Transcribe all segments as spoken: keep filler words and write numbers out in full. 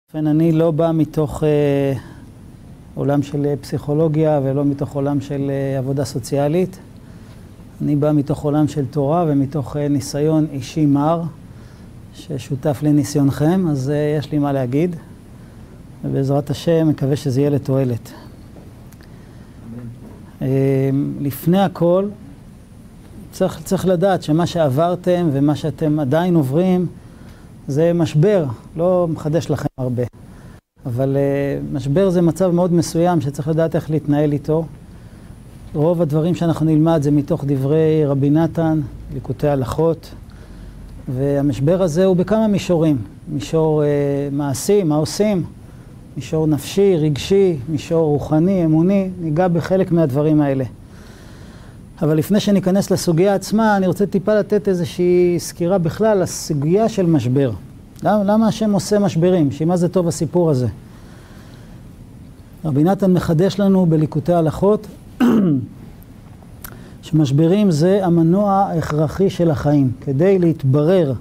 אני לא בא מתוך אה, עולם של פסיכולוגיה ולא מתוך עולם של אה, עבודה סוציאלית. אני בא מתוך עולם של תורה ומתוך אה, ניסיון אישי מר ששותף לניסיונכם, אז אה, יש לי מה להגיד. ובעזרת השם מקווה שזה יהיה לתועלת. אה, לפני הכל צריך, צריך לדעת שמה שעברתם ומה שאתם עדיין עוברים זה משבר, לא מחדש לכם הרבה. אבל uh, משבר זה מצב מאוד מסוים שצריך לדעת איך להתנהל איתו. רוב הדברים שאנחנו נלמד זה מתוך דברי רבי נתן, ליקוטי הלכות. והמשבר הזה הוא בכמה מישורים. מישור uh, מעשי, מה עושים? מישור נפשי, רגשי, מישור רוחני, אמוני. ניגע בחלק מהדברים האלה. אבל לפני שניכנס לסוגיה עצמה, אני רוצה טיפה לתת איזושהי סקירה בכלל לסוגיה של משבר. למה, למה השם עושה משברים? שמה זה טוב הסיפור הזה? רבי נתן מחדש לנו בליקוטי הלכות שמשברים זה המנוע ההכרחי של החיים. כדי להתברר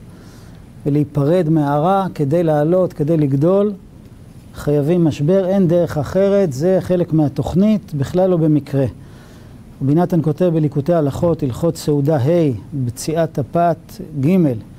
ולהיפרד מהרע, כדי לעלות, כדי לגדול, חייבים משבר, אין דרך אחרת, זה חלק מהתוכנית, בכלל לא במקרה. רבי נתן כותב בליקוטי הלכות, הלכות סעודה ה' בציאת הפת ג',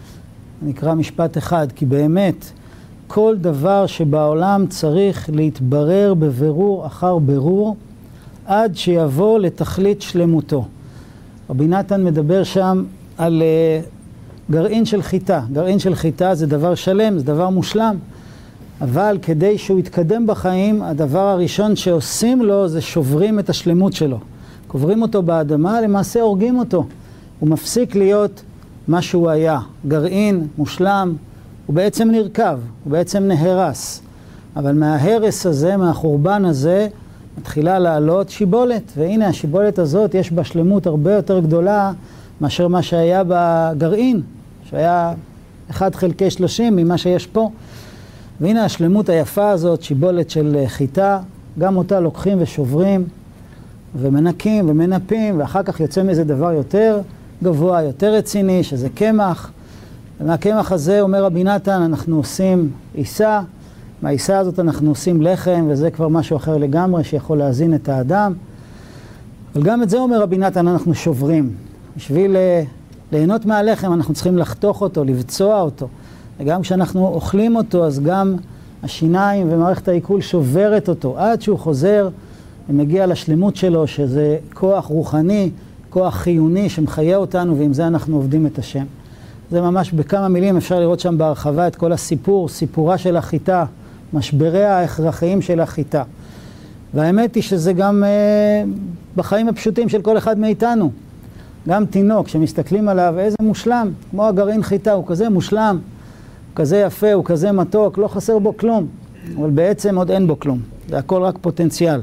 נקרא משפט אחד, כי באמת כל דבר שבעולם צריך להתברר בבירור אחר בירור, עד שיבוא לתכלית שלמותו. רבי נתן מדבר שם על uh, גרעין של חיטה. גרעין של חיטה זה דבר שלם, זה דבר מושלם, אבל כדי שהוא יתקדם בחיים, הדבר הראשון שעושים לו זה שוברים את השלמות שלו. קוברים אותו באדמה, למעשה הורגים אותו. הוא מפסיק להיות מה שהוא היה. גרעין, מושלם, הוא בעצם נרכב, הוא בעצם נהרס. אבל מההרס הזה, מהחורבן הזה, מתחילה לעלות שיבולת. והנה השיבולת הזאת יש בה שלמות הרבה יותר גדולה מאשר מה שהיה בגרעין, שהיה אחד חלקי שלושים ממה שיש פה. והנה השלמות היפה הזאת, שיבולת של חיטה, גם אותה לוקחים ושוברים, ומנקים ומנפים, ואחר כך יוצא מזה דבר יותר גבוה, יותר רציני, שזה קמח. ומהקמח הזה, אומר רבי נתן, אנחנו עושים עיסה, מהעיסה הזאת אנחנו עושים לחם, וזה כבר משהו אחר לגמרי שיכול להזין את האדם. אבל גם את זה אומר רבי נתן, אנחנו שוברים. בשביל ליהנות מהלחם אנחנו צריכים לחתוך אותו, לבצוע אותו. וגם כשאנחנו אוכלים אותו, אז גם השיניים ומערכת העיכול שוברת אותו, עד שהוא חוזר ומגיע לשלמות שלו, שזה כוח רוחני, כוח חיוני שמחיה אותנו, ועם זה אנחנו עובדים את השם. זה ממש בכמה מילים אפשר לראות שם בהרחבה את כל הסיפור, סיפורה של החיטה, משבריה ההכרחיים של החיטה. והאמת היא שזה גם אה, בחיים הפשוטים של כל אחד מאיתנו. גם תינוק שמסתכלים עליו, איזה מושלם, כמו הגרעין חיטה, הוא כזה מושלם, הוא כזה יפה, הוא כזה מתוק, לא חסר בו כלום, אבל בעצם עוד אין בו כלום, זה הכל רק פוטנציאל.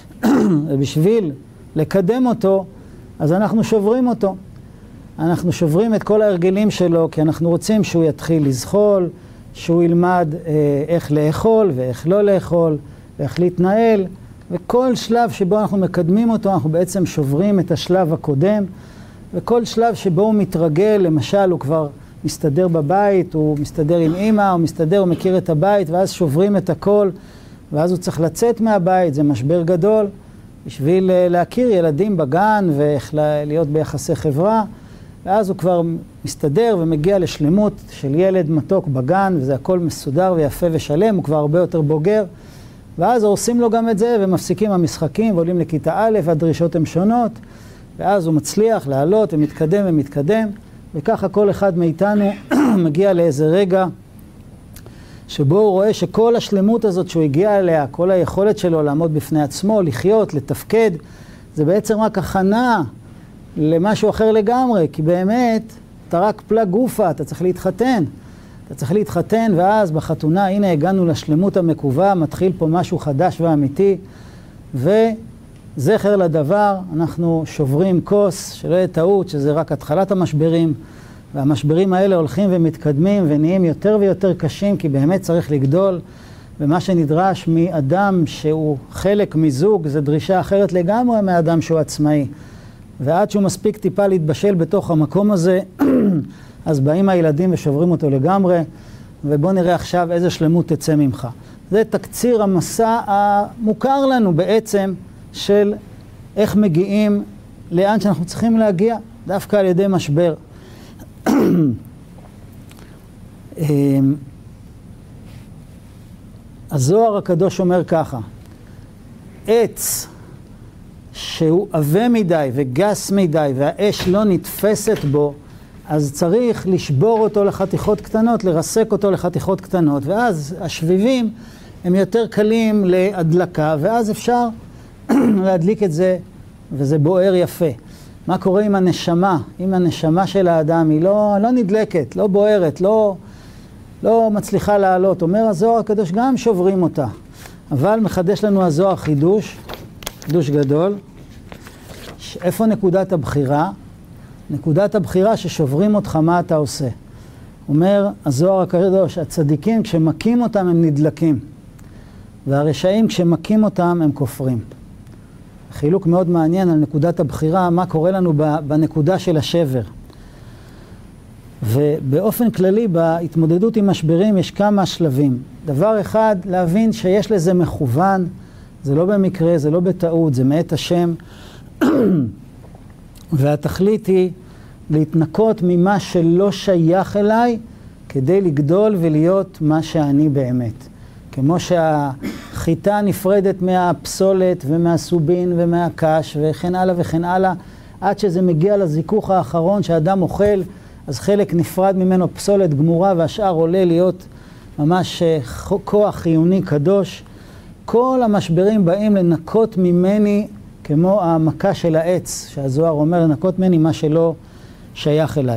ובשביל לקדם אותו, אז אנחנו שוברים אותו. אנחנו שוברים את כל ההרגלים שלו, כי אנחנו רוצים שהוא יתחיל לזחול, שהוא ילמד אה, איך לאכול ואיך לא לאכול, ואיך להתנהל, וכל שלב שבו אנחנו מקדמים אותו, אנחנו בעצם שוברים את השלב הקודם, וכל שלב שבו הוא מתרגל, למשל הוא כבר מסתדר בבית, הוא מסתדר עם אמא, הוא מסתדר, הוא מכיר את הבית, ואז שוברים את הכל, ואז הוא צריך לצאת מהבית, זה משבר גדול, בשביל להכיר ילדים בגן ואיך להיות ביחסי חברה, ואז הוא כבר מסתדר ומגיע לשלמות של ילד מתוק בגן, וזה הכל מסודר ויפה ושלם, הוא כבר הרבה יותר בוגר, ואז עושים לו גם את זה ומפסיקים המשחקים ועולים לכיתה א', והדרישות הן שונות, ואז הוא מצליח לעלות ומתקדם ומתקדם, וככה כל אחד מאיתנו מגיע לאיזה רגע שבו הוא רואה שכל השלמות הזאת שהוא הגיע אליה, כל היכולת שלו לעמוד בפני עצמו, לחיות, לתפקד, זה בעצם רק הכנה למשהו אחר לגמרי, כי באמת אתה רק פלג גופה, אתה צריך להתחתן. אתה צריך להתחתן, ואז בחתונה, הנה הגענו לשלמות המקווה, מתחיל פה משהו חדש ואמיתי, וזכר לדבר, אנחנו שוברים כוס, שלא יהיה טעות, שזה רק התחלת המשברים, והמשברים האלה הולכים ומתקדמים ונהיים יותר ויותר קשים, כי באמת צריך לגדול, ומה שנדרש מאדם שהוא חלק מזוג, זה דרישה אחרת לגמרי מאדם שהוא עצמאי. ועד שהוא מספיק טיפה להתבשל בתוך המקום הזה, אז באים הילדים ושוברים אותו לגמרי, ובוא נראה עכשיו איזה שלמות תצא ממך. זה תקציר המסע המוכר לנו בעצם של איך מגיעים לאן שאנחנו צריכים להגיע, דווקא על ידי משבר. הזוהר הקדוש אומר ככה, עץ שהוא עבה מדי וגס מדי והאש לא נתפסת בו, אז צריך לשבור אותו לחתיכות קטנות, לרסק אותו לחתיכות קטנות, ואז השביבים הם יותר קלים להדלקה, ואז אפשר להדליק את זה, וזה בוער יפה. מה קורה עם הנשמה? אם הנשמה של האדם היא לא, לא נדלקת, לא בוערת, לא, לא מצליחה לעלות. אומר הזוהר הקדוש, גם שוברים אותה. אבל מחדש לנו הזוהר חידוש, חידוש גדול. איפה נקודת הבחירה? נקודת הבחירה ששוברים אותך, מה אתה עושה? אומר הזוהר הקדוש, הצדיקים כשמכים אותם הם נדלקים, והרשעים כשמכים אותם הם כופרים. חילוק מאוד מעניין על נקודת הבחירה, מה קורה לנו בנקודה של השבר. ובאופן כללי בהתמודדות עם משברים יש כמה שלבים. דבר אחד, להבין שיש לזה מכוון, זה לא במקרה, זה לא בטעות, זה מאת השם. והתכלית היא להתנקות ממה שלא שייך אליי, כדי לגדול ולהיות מה שאני באמת. כמו שהחיטה נפרדת מהפסולת ומהסובין ומהקש וכן הלאה וכן הלאה, עד שזה מגיע לזיכוך האחרון שאדם אוכל, אז חלק נפרד ממנו פסולת גמורה והשאר עולה להיות ממש כוח חיוני קדוש. כל המשברים באים לנקות ממני כמו המכה של העץ, שהזוהר אומר לנקות ממני מה שלא שייך אליי.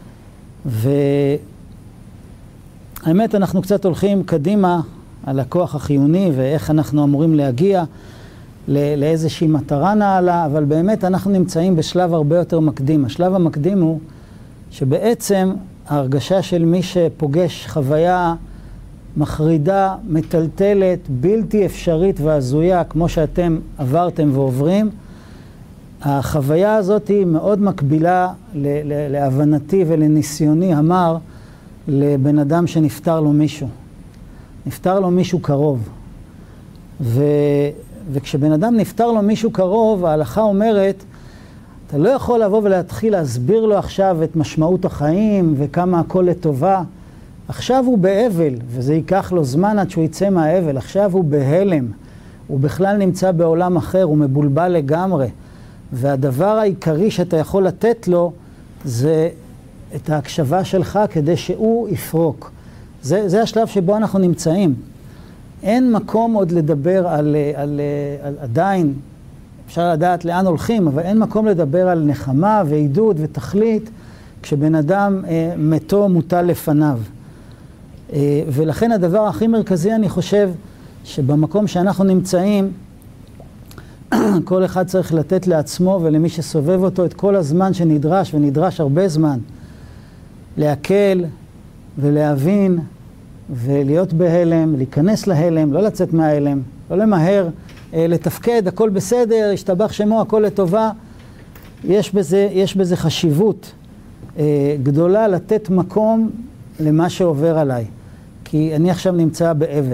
והאמת אנחנו קצת הולכים קדימה על הכוח החיוני ואיך אנחנו אמורים להגיע לאיזושהי מטרה נעלה, אבל באמת אנחנו נמצאים בשלב הרבה יותר מקדים. השלב המקדים הוא שבעצם ההרגשה של מי שפוגש חוויה מחרידה, מטלטלת, בלתי אפשרית והזויה, כמו שאתם עברתם ועוברים, החוויה הזאת היא מאוד מקבילה להבנתי ולניסיוני המר לבן אדם שנפטר לו מישהו. נפטר לו מישהו קרוב. ו... וכשבן אדם נפטר לו מישהו קרוב, ההלכה אומרת, אתה לא יכול לבוא ולהתחיל להסביר לו עכשיו את משמעות החיים וכמה הכל לטובה. עכשיו הוא באבל, וזה ייקח לו זמן עד שהוא יצא מהאבל. עכשיו הוא בהלם, הוא בכלל נמצא בעולם אחר, הוא מבולבל לגמרי. והדבר העיקרי שאתה יכול לתת לו, זה את ההקשבה שלך כדי שהוא יפרוק. זה, זה השלב שבו אנחנו נמצאים. אין מקום עוד לדבר על, על, על עדיין, אפשר לדעת לאן הולכים, אבל אין מקום לדבר על נחמה ועידוד ותכלית, כשבן אדם אה, מתו מוטל לפניו. אה, ולכן הדבר הכי מרכזי אני חושב, שבמקום שאנחנו נמצאים, כל אחד צריך לתת לעצמו ולמי שסובב אותו את כל הזמן שנדרש, ונדרש הרבה זמן, להקל ולהבין ולהיות בהלם, להיכנס להלם, לא לצאת מההלם, לא למהר, אה, לתפקד, הכל בסדר, השתבח שמו, הכל לטובה. יש בזה, יש בזה חשיבות אה, גדולה לתת מקום למה שעובר עליי, כי אני עכשיו נמצא באבל.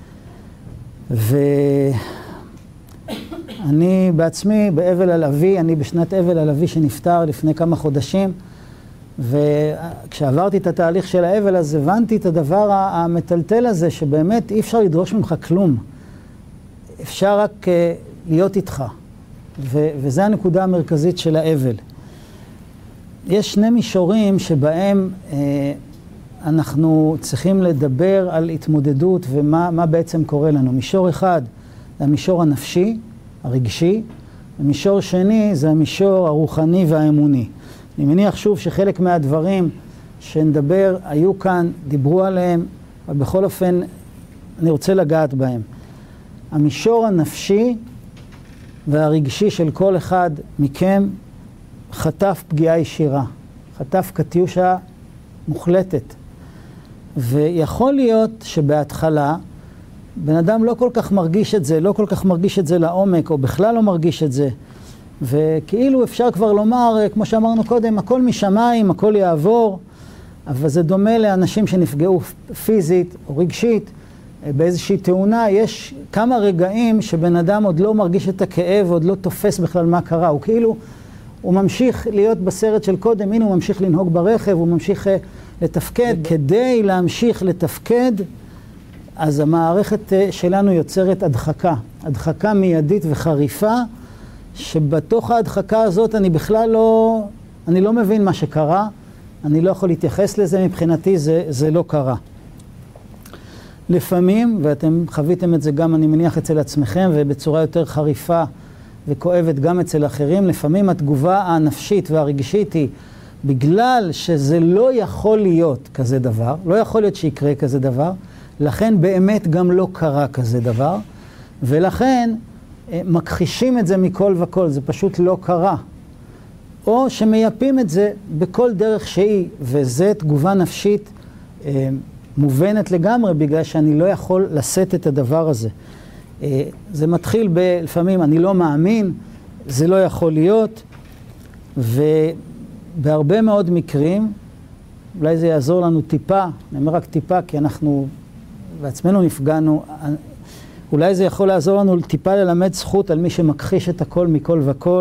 ואני בעצמי באבל על אבי, אני בשנת אבל על אבי שנפטר לפני כמה חודשים, וכשעברתי את התהליך של האבל, אז הבנתי את הדבר המטלטל הזה, שבאמת אי אפשר לדרוש ממך כלום. אפשר רק uh, להיות איתך. ו- וזה הנקודה המרכזית של האבל. יש שני מישורים שבהם uh, אנחנו צריכים לדבר על התמודדות ומה מה בעצם קורה לנו. מישור אחד זה המישור הנפשי, הרגשי, ומישור שני זה המישור הרוחני והאמוני. אני מניח שוב שחלק מהדברים שנדבר היו כאן, דיברו עליהם, אבל בכל אופן אני רוצה לגעת בהם. המישור הנפשי והרגשי של כל אחד מכם חטף פגיעה ישירה, חטף קטיושה מוחלטת. ויכול להיות שבהתחלה בן אדם לא כל כך מרגיש את זה, לא כל כך מרגיש את זה לעומק, או בכלל לא מרגיש את זה. וכאילו אפשר כבר לומר, כמו שאמרנו קודם, הכל משמיים, הכל יעבור, אבל זה דומה לאנשים שנפגעו פיזית או רגשית, באיזושהי תאונה, יש כמה רגעים שבן אדם עוד לא מרגיש את הכאב, עוד לא תופס בכלל מה קרה. הוא כאילו, הוא ממשיך להיות בסרט של קודם, הנה הוא ממשיך לנהוג ברכב, הוא ממשיך לתפקד. כדי להמשיך לתפקד, אז המערכת שלנו יוצרת הדחקה, הדחקה מיידית וחריפה, שבתוך ההדחקה הזאת אני בכלל לא, אני לא מבין מה שקרה, אני לא יכול להתייחס לזה, מבחינתי זה, זה לא קרה. לפעמים, ואתם חוויתם את זה גם, אני מניח, אצל עצמכם, ובצורה יותר חריפה וכואבת גם אצל אחרים, לפעמים התגובה הנפשית והרגשית היא, בגלל שזה לא יכול להיות כזה דבר, לא יכול להיות שיקרה כזה דבר, לכן באמת גם לא קרה כזה דבר, ולכן מכחישים את זה מכל וכל, זה פשוט לא קרה. או שמייפים את זה בכל דרך שהיא, וזה תגובה נפשית אה, מובנת לגמרי, בגלל שאני לא יכול לשאת את הדבר הזה. אה, זה מתחיל ב, לפעמים, אני לא מאמין, זה לא יכול להיות, ובהרבה מאוד מקרים, אולי זה יעזור לנו טיפה, אני אומר רק טיפה, כי אנחנו בעצמנו נפגענו, אולי זה יכול לעזור לנו טיפה ללמד זכות על מי שמכחיש את הכל מכל וכל,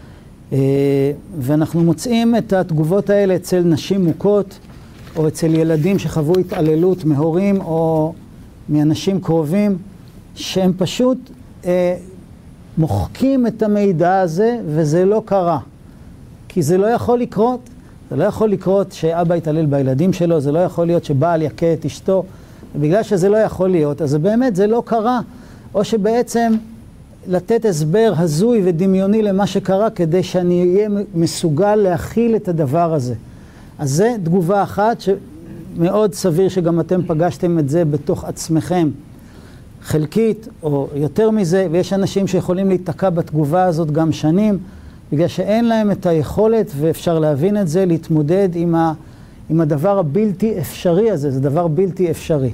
ואנחנו מוצאים את התגובות האלה אצל נשים מוכות, או אצל ילדים שחוו התעללות מהורים או מאנשים קרובים, שהם פשוט אה, מוחקים את המידע הזה, וזה לא קרה. כי זה לא יכול לקרות, זה לא יכול לקרות שאבא יתעלל בילדים שלו, זה לא יכול להיות שבעל יכה את אשתו, ובגלל שזה לא יכול להיות, אז באמת זה לא קרה, או שבעצם לתת הסבר הזוי ודמיוני למה שקרה, כדי שאני אהיה מסוגל להכיל את הדבר הזה. אז זה תגובה אחת שמאוד סביר שגם אתם פגשתם את זה בתוך עצמכם, חלקית או יותר מזה, ויש אנשים שיכולים להתקע בתגובה הזאת גם שנים, בגלל שאין להם את היכולת, ואפשר להבין את זה, להתמודד עם, ה, עם הדבר הבלתי אפשרי הזה, זה דבר בלתי אפשרי.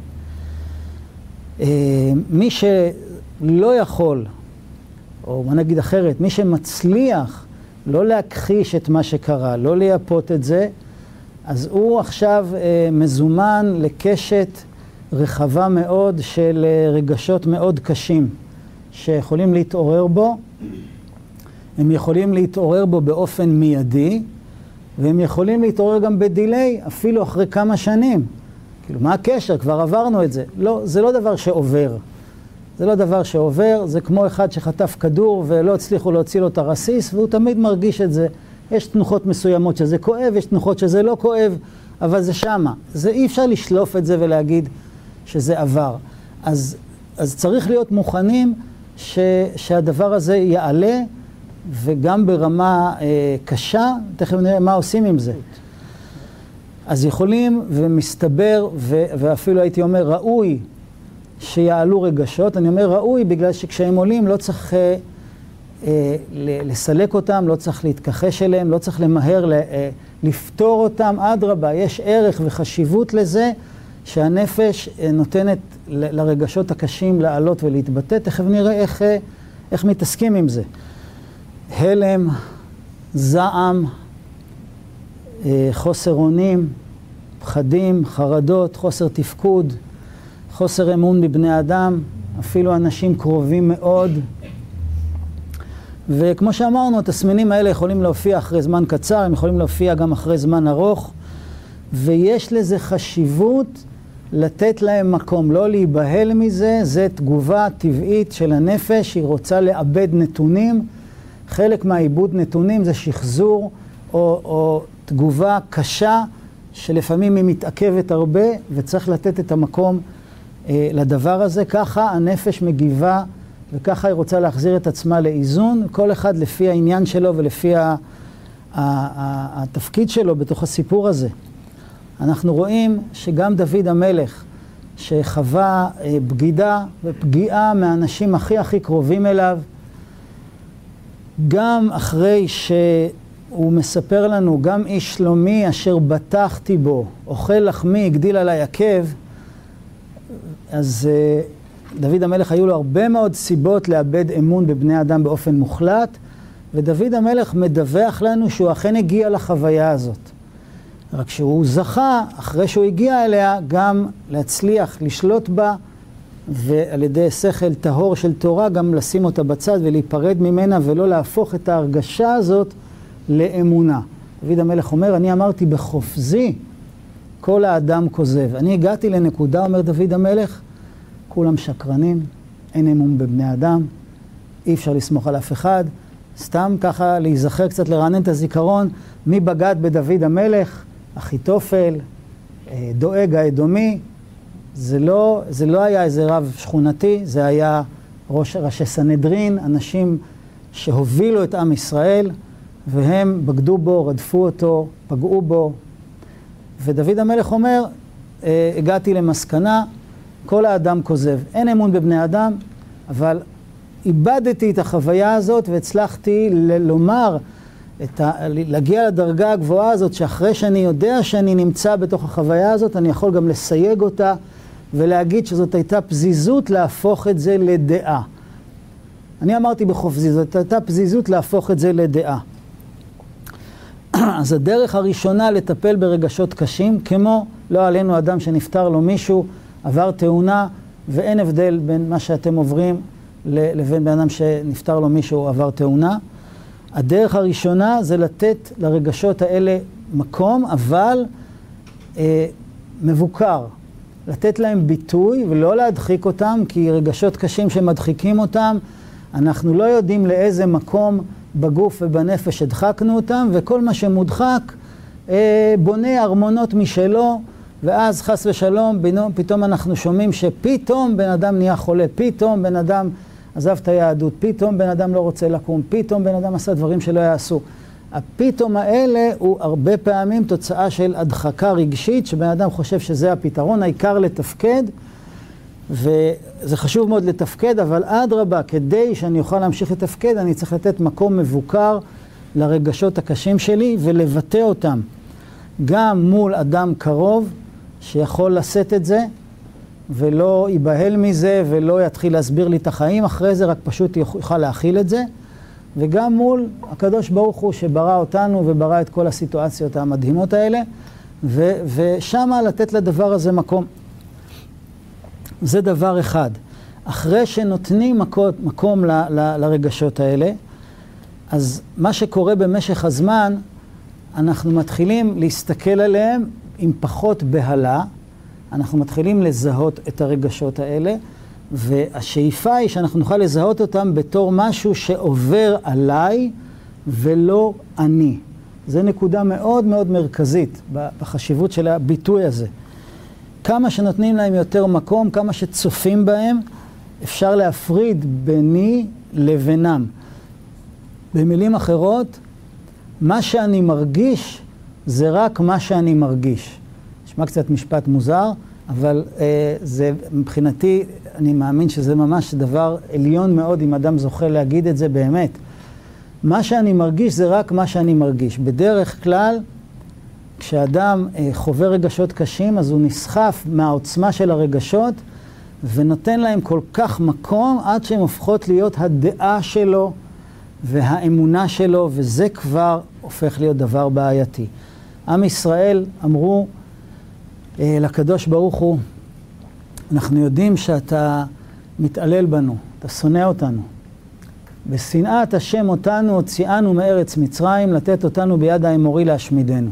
מי שלא יכול, או מה נגיד אחרת, מי שמצליח לא להכחיש את מה שקרה, לא לייפות את זה, אז הוא עכשיו אה, מזומן לקשת רחבה מאוד של אה, רגשות מאוד קשים שיכולים להתעורר בו. הם יכולים להתעורר בו באופן מיידי, והם יכולים להתעורר גם בדיליי, אפילו אחרי כמה שנים. כאילו, מה הקשר? כבר עברנו את זה. לא, זה לא דבר שעובר. זה לא דבר שעובר, זה כמו אחד שחטף כדור ולא הצליחו להוציא לו את הרסיס, והוא תמיד מרגיש את זה. יש תנוחות מסוימות שזה כואב, יש תנוחות שזה לא כואב, אבל זה שמה. זה אי אפשר לשלוף את זה ולהגיד שזה עבר. אז, אז צריך להיות מוכנים ש, שהדבר הזה יעלה, וגם ברמה אה, קשה, תכף נראה מה עושים עם זה. אז יכולים ומסתבר, ו, ואפילו הייתי אומר ראוי, שיעלו רגשות. אני אומר ראוי בגלל שכשהם עולים לא צריך אה, אה, לסלק אותם, לא צריך להתכחש אליהם, לא צריך למהר אה, לפתור אותם. אדרבה, יש ערך וחשיבות לזה שהנפש אה, נותנת ל- לרגשות הקשים לעלות ולהתבטא. תכף נראה איך, אה, איך מתעסקים עם זה. הלם, זעם, אה, חוסר אונים, פחדים, חרדות, חוסר תפקוד, חוסר אמון בבני אדם, אפילו אנשים קרובים מאוד. וכמו שאמרנו, התסמינים האלה יכולים להופיע אחרי זמן קצר, הם יכולים להופיע גם אחרי זמן ארוך, ויש לזה חשיבות לתת להם מקום, לא להיבהל מזה. זה תגובה טבעית של הנפש, היא רוצה לאבד נתונים. חלק מהעיבוד נתונים זה שחזור או, או תגובה קשה, שלפעמים היא מתעכבת הרבה, וצריך לתת את המקום אה, לדבר הזה. ככה הנפש מגיבה, וככה היא רוצה להחזיר את עצמה לאיזון, כל אחד לפי העניין שלו ולפי ה, ה, ה, התפקיד שלו בתוך הסיפור הזה. אנחנו רואים שגם דוד המלך, שחווה אה, בגידה ופגיעה מהאנשים הכי הכי קרובים אליו, גם אחרי שהוא מספר לנו, גם איש שלומי אשר בטחתי בו, אוכל לחמי, הגדיל עלי עקב, אז דוד המלך היו לו הרבה מאוד סיבות לאבד אמון בבני אדם באופן מוחלט, ודוד המלך מדווח לנו שהוא אכן הגיע לחוויה הזאת. רק שהוא זכה, אחרי שהוא הגיע אליה, גם להצליח לשלוט בה ועל ידי שכל טהור של תורה גם לשים אותה בצד ולהיפרד ממנה ולא להפוך את ההרגשה הזאת לאמונה. דוד המלך אומר, אני אמרתי בחופזי, כל האדם כוזב. אני הגעתי לנקודה, אומר דוד המלך, כולם שקרנים, אין אמון בבני אדם, אי אפשר לסמוך על אף אחד, סתם ככה להיזכר קצת, לרענן את הזיכרון, מי בגד בדוד המלך, אחיתופל, דואג האדומי, זה לא, זה לא היה איזה רב שכונתי, זה היה ראש ראשי סנהדרין, אנשים שהובילו את עם ישראל, והם בגדו בו, רדפו אותו, פגעו בו. ודוד המלך אומר, הגעתי למסקנה, כל האדם כוזב. אין אמון בבני אדם, אבל איבדתי את החוויה הזאת והצלחתי ל- לומר, את ה- להגיע לדרגה הגבוהה הזאת, שאחרי שאני יודע שאני נמצא בתוך החוויה הזאת, אני יכול גם לסייג אותה ולהגיד שזאת הייתה פזיזות להפוך את זה לדעה. אני אמרתי בחופזי, זאת הייתה פזיזות להפוך את זה לדעה. אז הדרך הראשונה לטפל ברגשות קשים, כמו לא עלינו אדם שנפטר לו מישהו, עבר תאונה, ואין הבדל בין מה שאתם עוברים לבין בן אדם שנפטר לו מישהו עבר תאונה. הדרך הראשונה זה לתת לרגשות האלה מקום, אבל אה, מבוקר. לתת להם ביטוי ולא להדחיק אותם, כי רגשות קשים שמדחיקים אותם, אנחנו לא יודעים לאיזה מקום בגוף ובנפש הדחקנו אותם, וכל מה שמודחק אה, בונה ארמונות משלו, ואז חס ושלום, פתאום אנחנו שומעים שפתאום בן אדם נהיה חולה, פתאום בן אדם עזב את היהדות, פתאום בן אדם לא רוצה לקום, פתאום בן אדם עשה דברים שלא יעשו. הפתאום האלה הוא הרבה פעמים תוצאה של הדחקה רגשית, שבן אדם חושב שזה הפתרון, העיקר לתפקד, וזה חשוב מאוד לתפקד, אבל אדרבה, כדי שאני אוכל להמשיך לתפקד, אני צריך לתת מקום מבוקר לרגשות הקשים שלי ולבטא אותם. גם מול אדם קרוב שיכול לשאת את זה, ולא ייבהל מזה, ולא יתחיל להסביר לי את החיים אחרי זה, רק פשוט יוכל להכיל את זה. וגם מול הקדוש ברוך הוא שברא אותנו וברא את כל הסיטואציות המדהימות האלה, ו- ושמה לתת לדבר הזה מקום. זה דבר אחד. אחרי שנותנים מקום, מקום ל- ל- לרגשות האלה, אז מה שקורה במשך הזמן, אנחנו מתחילים להסתכל עליהם עם פחות בהלה, אנחנו מתחילים לזהות את הרגשות האלה, והשאיפה היא שאנחנו נוכל לזהות אותם בתור משהו שעובר עליי ולא אני. זו נקודה מאוד מאוד מרכזית בחשיבות של הביטוי הזה. כמה שנותנים להם יותר מקום, כמה שצופים בהם, אפשר להפריד ביני לבינם. במילים אחרות, מה שאני מרגיש זה רק מה שאני מרגיש. נשמע קצת משפט מוזר, אבל אה, זה מבחינתי, אני מאמין שזה ממש דבר עליון מאוד אם אדם זוכה להגיד את זה באמת. מה שאני מרגיש זה רק מה שאני מרגיש. בדרך כלל, כשאדם אה, חווה רגשות קשים, אז הוא נסחף מהעוצמה של הרגשות, ונותן להם כל כך מקום עד שהן הופכות להיות הדעה שלו והאמונה שלו, וזה כבר הופך להיות דבר בעייתי. עם ישראל אמרו אה, לקדוש ברוך הוא, אנחנו יודעים שאתה מתעלל בנו, אתה שונא אותנו. בשנאת השם אותנו הוציאנו מארץ מצרים, לתת אותנו ביד האמורי להשמידנו.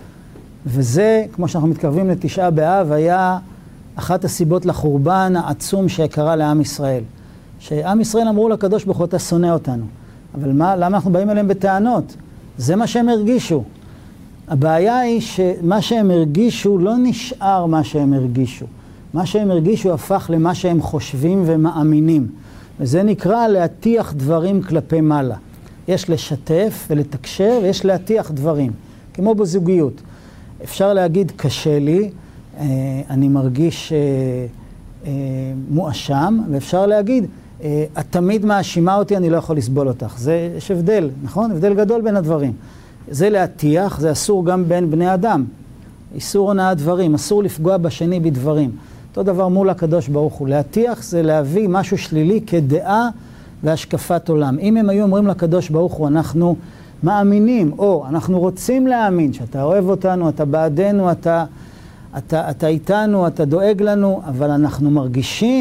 וזה, כמו שאנחנו מתקרבים לתשעה באב, היה אחת הסיבות לחורבן העצום שקרה לעם ישראל. שעם ישראל אמרו לקדוש ברוך הוא, אתה שונא אותנו. אבל מה, למה אנחנו באים אליהם בטענות? זה מה שהם הרגישו. הבעיה היא שמה שהם הרגישו לא נשאר מה שהם הרגישו. מה שהם הרגישו הפך למה שהם חושבים ומאמינים. וזה נקרא להטיח דברים כלפי מעלה. יש לשתף ולתקשר ויש להטיח דברים. כמו בזוגיות. אפשר להגיד קשה לי, אני מרגיש מואשם, ואפשר להגיד, את תמיד מאשימה אותי, אני לא יכול לסבול אותך. זה, יש הבדל, נכון? הבדל גדול בין הדברים. זה להטיח, זה אסור גם בין בני אדם. איסור הונאת דברים, אסור לפגוע בשני בדברים. אותו דבר מול הקדוש ברוך הוא. להטיח זה להביא משהו שלילי כדעה והשקפת עולם. אם הם היו אומרים לקדוש ברוך הוא, אנחנו מאמינים, או אנחנו רוצים להאמין, שאתה אוהב אותנו, אתה בעדנו, אתה, אתה, אתה איתנו, אתה דואג לנו, אבל אנחנו מרגישים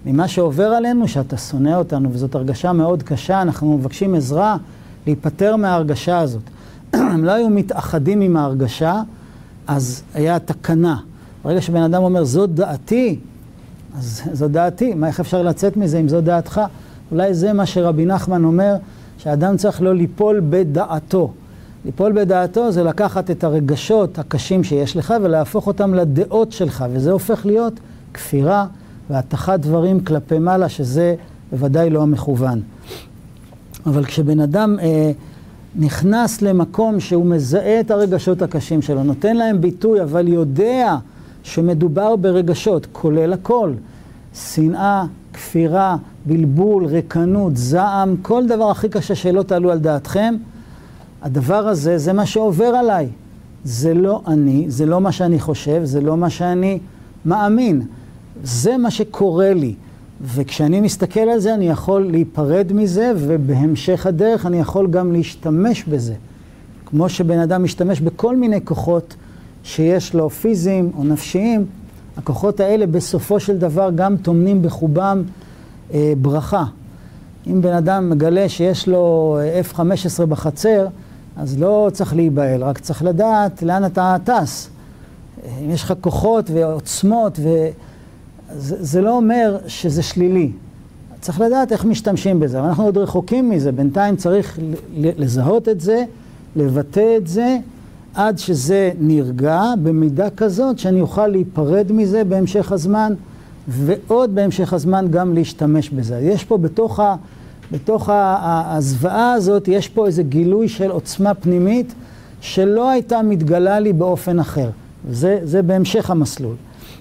ממה שעובר עלינו, שאתה שונא אותנו, וזאת הרגשה מאוד קשה, אנחנו מבקשים עזרה להיפטר מההרגשה הזאת. הם לא היו מתאחדים עם ההרגשה, אז היה תקנה. ברגע שבן אדם אומר, זאת דעתי, אז זו דעתי, מה, איך אפשר לצאת מזה אם זו דעתך? אולי זה מה שרבי נחמן אומר, שהאדם צריך לא ליפול בדעתו. ליפול בדעתו זה לקחת את הרגשות הקשים שיש לך ולהפוך אותם לדעות שלך, וזה הופך להיות כפירה והתחת דברים כלפי מעלה, שזה בוודאי לא המכוון. אבל כשבן אדם אה, נכנס למקום שהוא מזהה את הרגשות הקשים שלו, נותן להם ביטוי, אבל יודע שמדובר ברגשות, כולל הכל, שנאה, כפירה, בלבול, ריקנות, זעם, כל דבר הכי קשה שלא תעלו על דעתכם, הדבר הזה זה מה שעובר עליי. זה לא אני, זה לא מה שאני חושב, זה לא מה שאני מאמין. זה מה שקורה לי. וכשאני מסתכל על זה אני יכול להיפרד מזה, ובהמשך הדרך אני יכול גם להשתמש בזה. כמו שבן אדם משתמש בכל מיני כוחות שיש לו, פיזיים או נפשיים, הכוחות האלה בסופו של דבר גם טומנים בחובם אה, ברכה. אם בן אדם מגלה שיש לו אף חמש עשרה בחצר, אז לא צריך להיבהל, רק צריך לדעת לאן אתה טס. אם יש לך כוחות ועוצמות, וזה, זה לא אומר שזה שלילי. צריך לדעת איך משתמשים בזה, אבל אנחנו עוד רחוקים מזה. בינתיים צריך לזהות את זה, לבטא את זה, עד שזה נרגע במידה כזאת שאני אוכל להיפרד מזה בהמשך הזמן, ועוד בהמשך הזמן גם להשתמש בזה. יש פה בתוך, ה, בתוך הזוועה הזאת, יש פה איזה גילוי של עוצמה פנימית, שלא הייתה מתגלה לי באופן אחר. זה, זה בהמשך המסלול.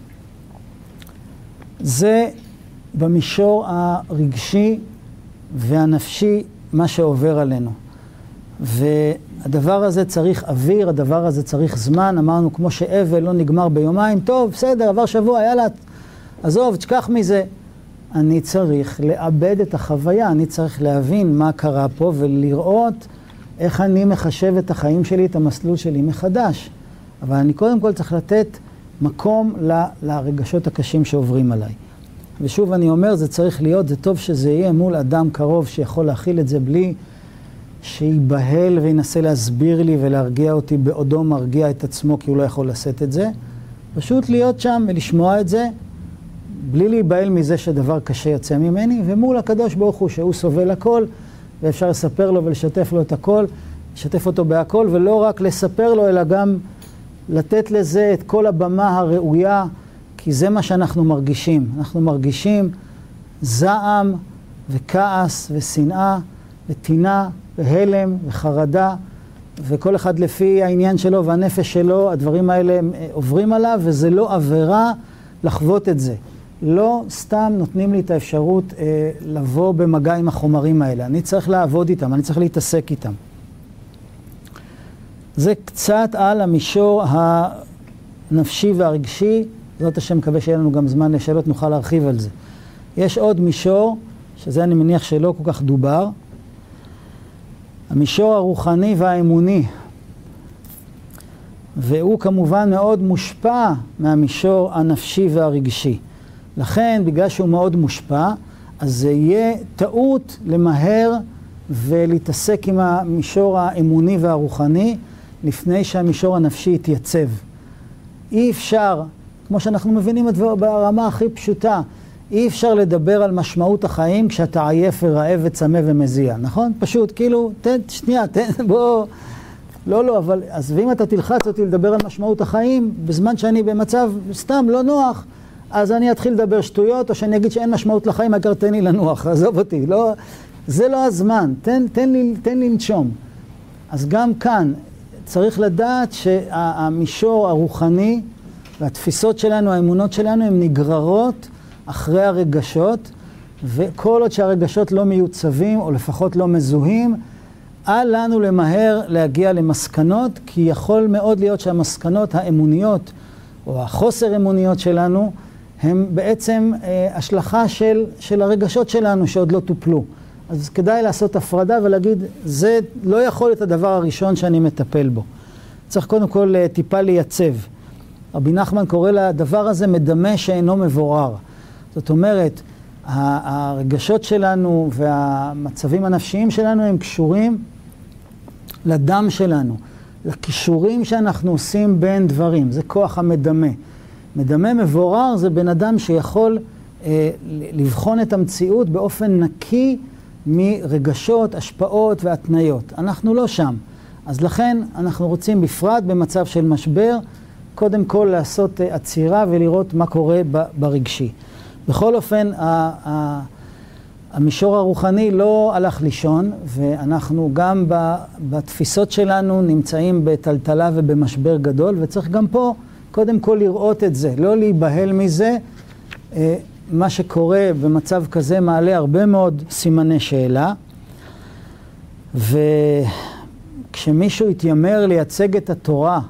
זה במישור הרגשי והנפשי מה שעובר עלינו. והדבר הזה צריך אוויר, הדבר הזה צריך זמן. אמרנו כמו שאבל לא נגמר ביומיים, טוב, בסדר, עבר שבוע, יאללה, עזוב, תשכח מזה. אני צריך לאבד את החוויה, אני צריך להבין מה קרה פה ולראות איך אני מחשב את החיים שלי, את המסלול שלי מחדש. אבל אני קודם כל צריך לתת מקום ל, לרגשות הקשים שעוברים עליי. ושוב אני אומר, זה צריך להיות, זה טוב שזה יהיה מול אדם קרוב שיכול להכיל את זה בלי שיבהל וינסה להסביר לי ולהרגיע אותי בעודו מרגיע את עצמו כי הוא לא יכול לשאת את זה. פשוט להיות שם ולשמוע את זה, בלי להיבהל מזה שדבר קשה יוצא ממני, ומול הקדוש ברוך הוא שהוא סובל הכל, ואפשר לספר לו ולשתף לו את הכל, לשתף אותו בהכל, ולא רק לספר לו, אלא גם לתת לזה את כל הבמה הראויה, כי זה מה שאנחנו מרגישים. אנחנו מרגישים זעם וכעס ושנאה וטינה והלם וחרדה, וכל אחד לפי העניין שלו והנפש שלו, הדברים האלה עוברים עליו, וזה לא עבירה לחוות את זה. לא סתם נותנים לי את האפשרות אה, לבוא במגע עם החומרים האלה. אני צריך לעבוד איתם, אני צריך להתעסק איתם. זה קצת על המישור הנפשי והרגשי. זאת השם, מקווה שיהיה לנו גם זמן לשאלות, נוכל להרחיב על זה. יש עוד מישור, שזה אני מניח שלא כל כך דובר, המישור הרוחני והאמוני. והוא כמובן מאוד מושפע מהמישור הנפשי והרגשי. לכן, בגלל שהוא מאוד מושפע, אז זה יהיה טעות למהר ולהתעסק עם המישור האמוני והרוחני, לפני שהמישור הנפשי יתייצב. אי אפשר, כמו שאנחנו מבינים את זה ברמה הכי פשוטה, אי אפשר לדבר על משמעות החיים כשאתה עייף ורעב וצמא ומזיע, נכון? פשוט, כאילו, תן, שנייה, תן, בוא, לא, לא, אבל, אז ואם אתה תלחץ אותי לדבר על משמעות החיים, בזמן שאני במצב סתם לא נוח, אז אני אתחיל לדבר שטויות, או שאני אגיד שאין משמעות לחיים, העיקר תן לי לנוח, עזוב אותי, לא, זה לא הזמן, תן, תן לי, תן לי לנשום. אז גם כאן צריך לדעת שהמישור הרוחני והתפיסות שלנו, האמונות שלנו, הן נגררות אחרי הרגשות, וכל עוד שהרגשות לא מיוצבים, או לפחות לא מזוהים, אל לנו למהר להגיע למסקנות, כי יכול מאוד להיות שהמסקנות האמוניות, או החוסר אמוניות שלנו, הם בעצם אה, השלכה של, של הרגשות שלנו שעוד לא טופלו. אז כדאי לעשות הפרדה ולהגיד, זה לא יכול להיות הדבר הראשון שאני מטפל בו. צריך קודם כל טיפה לייצב. רבי נחמן קורא לדבר הזה מדמה שאינו מבורר. זאת אומרת, הרגשות שלנו והמצבים הנפשיים שלנו הם קשורים לדם שלנו, לקישורים שאנחנו עושים בין דברים. זה כוח המדמה. מדמה מבורר זה בן אדם שיכול אה, לבחון את המציאות באופן נקי מרגשות, השפעות והתניות. אנחנו לא שם. אז לכן אנחנו רוצים בפרט במצב של משבר, קודם כל לעשות אה, עצירה ולראות מה קורה ב- ברגשי. בכל אופן, ה- ה- המישור הרוחני לא הלך לישון, ואנחנו גם בתפיסות שלנו נמצאים בטלטלה ובמשבר גדול, וצריך גם פה קודם כל לראות את זה, לא להיבהל מזה. מה שקורה במצב כזה מעלה הרבה מאוד סימני שאלה, וכשמישהו התיימר לייצג את התורה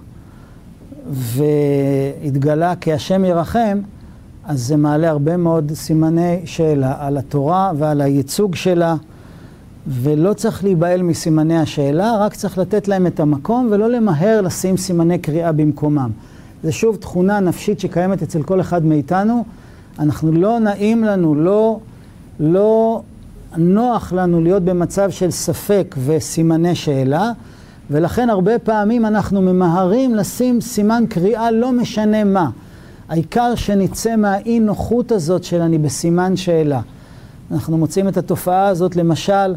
והתגלה כהשם ירחם, אז זה מעלה הרבה מאוד סימני שאלה על התורה ועל הייצוג שלה, ולא צריך להיבהל מסימני השאלה, רק צריך לתת להם את המקום ולא למהר לשים סימני קריאה במקומם. זה שוב תכונה נפשית שקיימת אצל כל אחד מאיתנו. אנחנו לא נעים לנו, לא, לא נוח לנו להיות במצב של ספק וסימני שאלה, ולכן הרבה פעמים אנחנו ממהרים לשים סימן קריאה לא משנה מה. העיקר שנצא מהאי נוחות הזאת של אני בסימן שאלה. אנחנו מוצאים את התופעה הזאת למשל,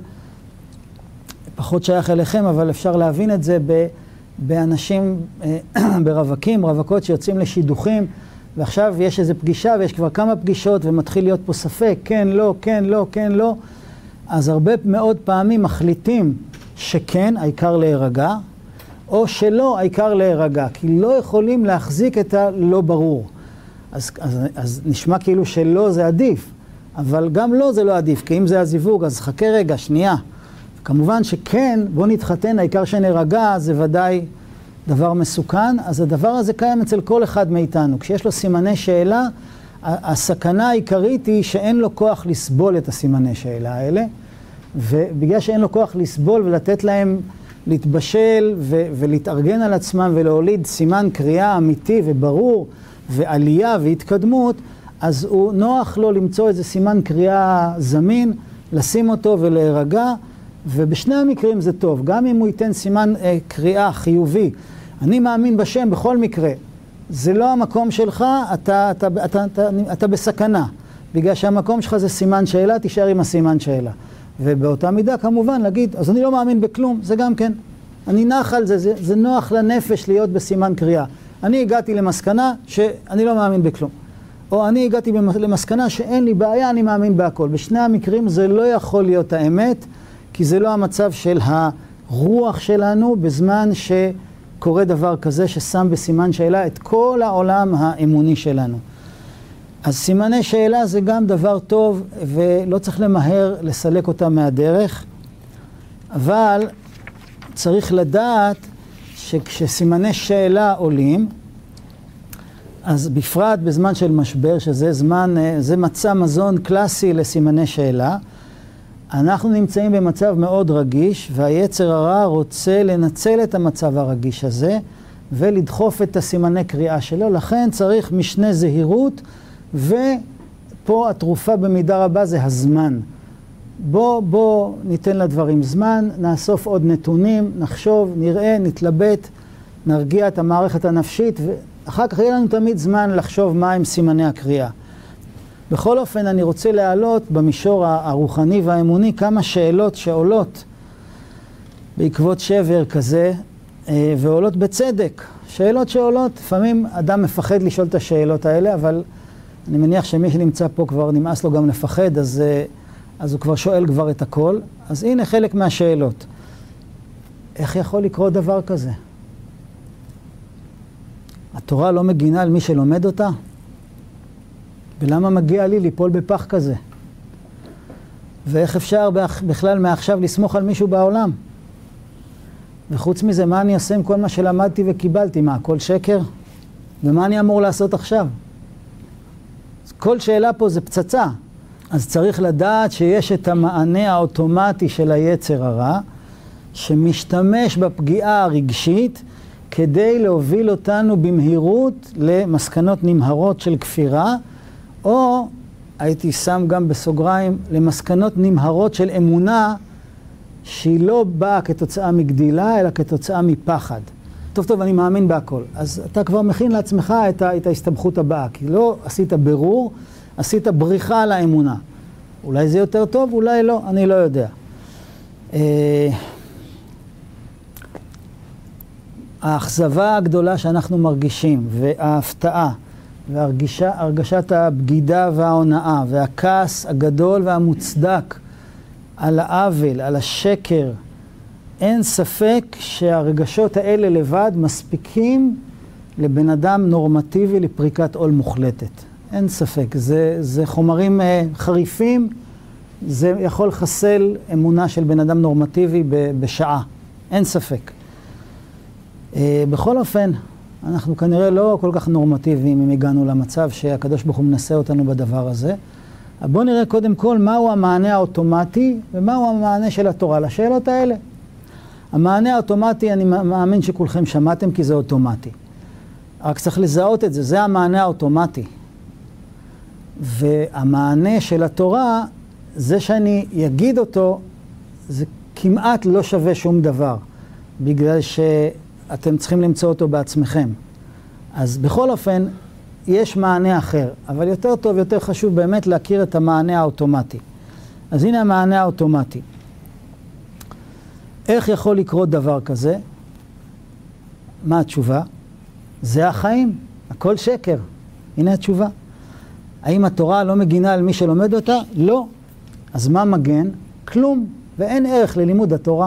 פחות שייך אליכם, אבל אפשר להבין את זה ב, באנשים, ברווקים, רווקות שיוצאים לשידוכים, ועכשיו יש איזו פגישה ויש כבר כמה פגישות ומתחיל להיות פה ספק, כן, לא, כן, לא, כן, לא. אז הרבה מאוד פעמים מחליטים שכן, העיקר להירגע, או שלא, העיקר להירגע, כי לא יכולים להחזיק את הלא ברור. אז, אז, אז נשמע כאילו שלא זה עדיף, אבל גם לא זה לא עדיף, כי אם זה הזיווג, אז חכה רגע, שנייה. כמובן שכן, בוא נתחתן, העיקר שנרגע, זה ודאי דבר מסוכן. אז הדבר הזה קיים אצל כל אחד מאיתנו. כשיש לו סימני שאלה, הסכנה העיקרית היא שאין לו כוח לסבול את הסימני שאלה האלה, ובגלל שאין לו כוח לסבול ולתת להם להתבשל ו- ולהתארגן על עצמם ולהוליד סימן קריאה אמיתי וברור ועלייה והתקדמות, אז הוא נוח לו למצוא איזה סימן קריאה זמין, לשים אותו ולהירגע, ובשני המקרים זה טוב. גם אם הוא ייתן סימן אה, קריאה חיובי, אני מאמין בשם בכל מקרה, זה לא המקום שלך, אתה, אתה, אתה, אתה, אתה, אתה בסכנה. בגלל שהמקום שלך זה סימן שאלה, תישאר עם הסימן שאלה. ובאותה מידה כמובן להגיד, אז אני לא מאמין בכלום, זה גם כן. אני נח על זה, זה, זה נוח לנפש להיות בסימן קריאה. אני הגעתי למסקנה שאני לא מאמין בכלום. או אני הגעתי למסקנה שאין לי בעיה, אני מאמין בהכל. בשני המקרים זה לא יכול להיות האמת, כי זה לא המצב של הרוח שלנו בזמן שקורה דבר כזה ששם בסימן שאלה את כל העולם האמוני שלנו. אז סימני שאלה זה גם דבר טוב ולא צריך למהר לסלק אותם מהדרך, אבל צריך לדעת שכשסימני שאלה עולים, אז בפרט בזמן של משבר, שזה זמן, זה מצע מזון קלאסי לסימני שאלה, אנחנו נמצאים במצב מאוד רגיש, והיצר הרע רוצה לנצל את המצב הרגיש הזה ולדחוף את הסימני קריאה שלו. לכן צריך משנה זהירות, ופה התרופה במידה רבה זה הזמן. בוא, בוא ניתן לדברים זמן, נאסוף עוד נתונים, נחשוב, נראה, נתלבט, נרגיע את המערכת הנפשית, ואחר כך יהיה לנו תמיד זמן לחשוב מה הם סימני הקריאה. בכל אופן, אני רוצה להעלות במישור הרוחני והאמוני כמה שאלות שעולות בעקבות שבר כזה, ועולות בצדק. שאלות שעולות, לפעמים אדם מפחד לשאול את השאלות האלה, אבל אני מניח שמי שנמצא פה כבר נמאס לו גם לפחד, אז, אז הוא כבר שואל כבר את הכל. אז הנה חלק מהשאלות. איך יכול לקרות דבר כזה? התורה לא מגינה על מי שלומד אותה? ולמה מגיע לי ליפול בפח כזה? ואיך אפשר בכלל מעכשיו לסמוך על מישהו בעולם? וחוץ מזה, מה אני אעשה עם כל מה שלמדתי וקיבלתי? מה, הכל שקר? ומה אני אמור לעשות עכשיו? כל שאלה פה זה פצצה. אז צריך לדעת שיש את המענה האוטומטי של היצר הרע, שמשתמש בפגיעה הרגשית כדי להוביל אותנו במהירות למסקנות נמהרות של כפירה, או הייתי שם גם בסוגריים למסקנות נמהרות של אמונה שהיא לא באה כתוצאה מגדילה, אלא כתוצאה מפחד. טוב, טוב, אני מאמין בהכל. אז אתה כבר מכין לעצמך את, ה, את ההסתבכות הבאה, כי לא עשית ברור, עשית בריחה על האמונה. אולי זה יותר טוב, אולי לא, אני לא יודע. האכזבה הגדולה שאנחנו מרגישים, וההפתעה, והרגשת הבגידה וההונאה, והכעס הגדול והמוצדק על העוול, על השקר, אין ספק שהרגשות האלה לבד מספיקים לבן אדם נורמטיבי לפריקת עול מוחלטת. אין ספק, זה, זה חומרים uh, חריפים, זה יכול לחסל אמונה של בן אדם נורמטיבי ב, בשעה, אין ספק. Uh, בכל אופן, אנחנו כנראה לא כל כך נורמטיביים אם הגענו למצב שהקדוש ברוך הוא מנסה אותנו בדבר הזה. בואו נראה קודם כל מהו המענה האוטומטי ומהו המענה של התורה לשאלות האלה. המענה האוטומטי, אני מאמין שכולכם שמעתם כי זה אוטומטי. רק צריך לזהות את זה, זה המענה האוטומטי. והמענה של התורה, זה שאני אגיד אותו, זה כמעט לא שווה שום דבר, בגלל שאתם צריכים למצוא אותו בעצמכם. אז בכל אופן, יש מענה אחר, אבל יותר טוב, יותר חשוב באמת להכיר את המענה האוטומטי. אז הנה המענה האוטומטי. איך יכול לקרות דבר כזה? מה התשובה? זה החיים, הכל שקר. הנה התשובה. האם התורה לא מגינה על מי שלומד אותה? לא. אז מה מגן? כלום. ואין ערך ללימוד התורה.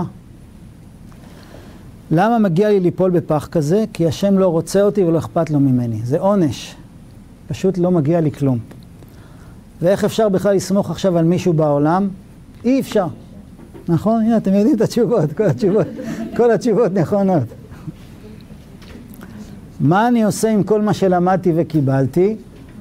למה מגיע לי ליפול בפח כזה? כי השם לא רוצה אותי ולא אכפת לו ממני. זה עונש. פשוט לא מגיע לי כלום. ואיך אפשר בכלל לסמוך עכשיו על מישהו בעולם? אי אפשר. נכון? הנה, אתם יודעים את התשובות, כל התשובות, כל התשובות נכונות. מה אני עושה עם כל מה שלמדתי וקיבלתי?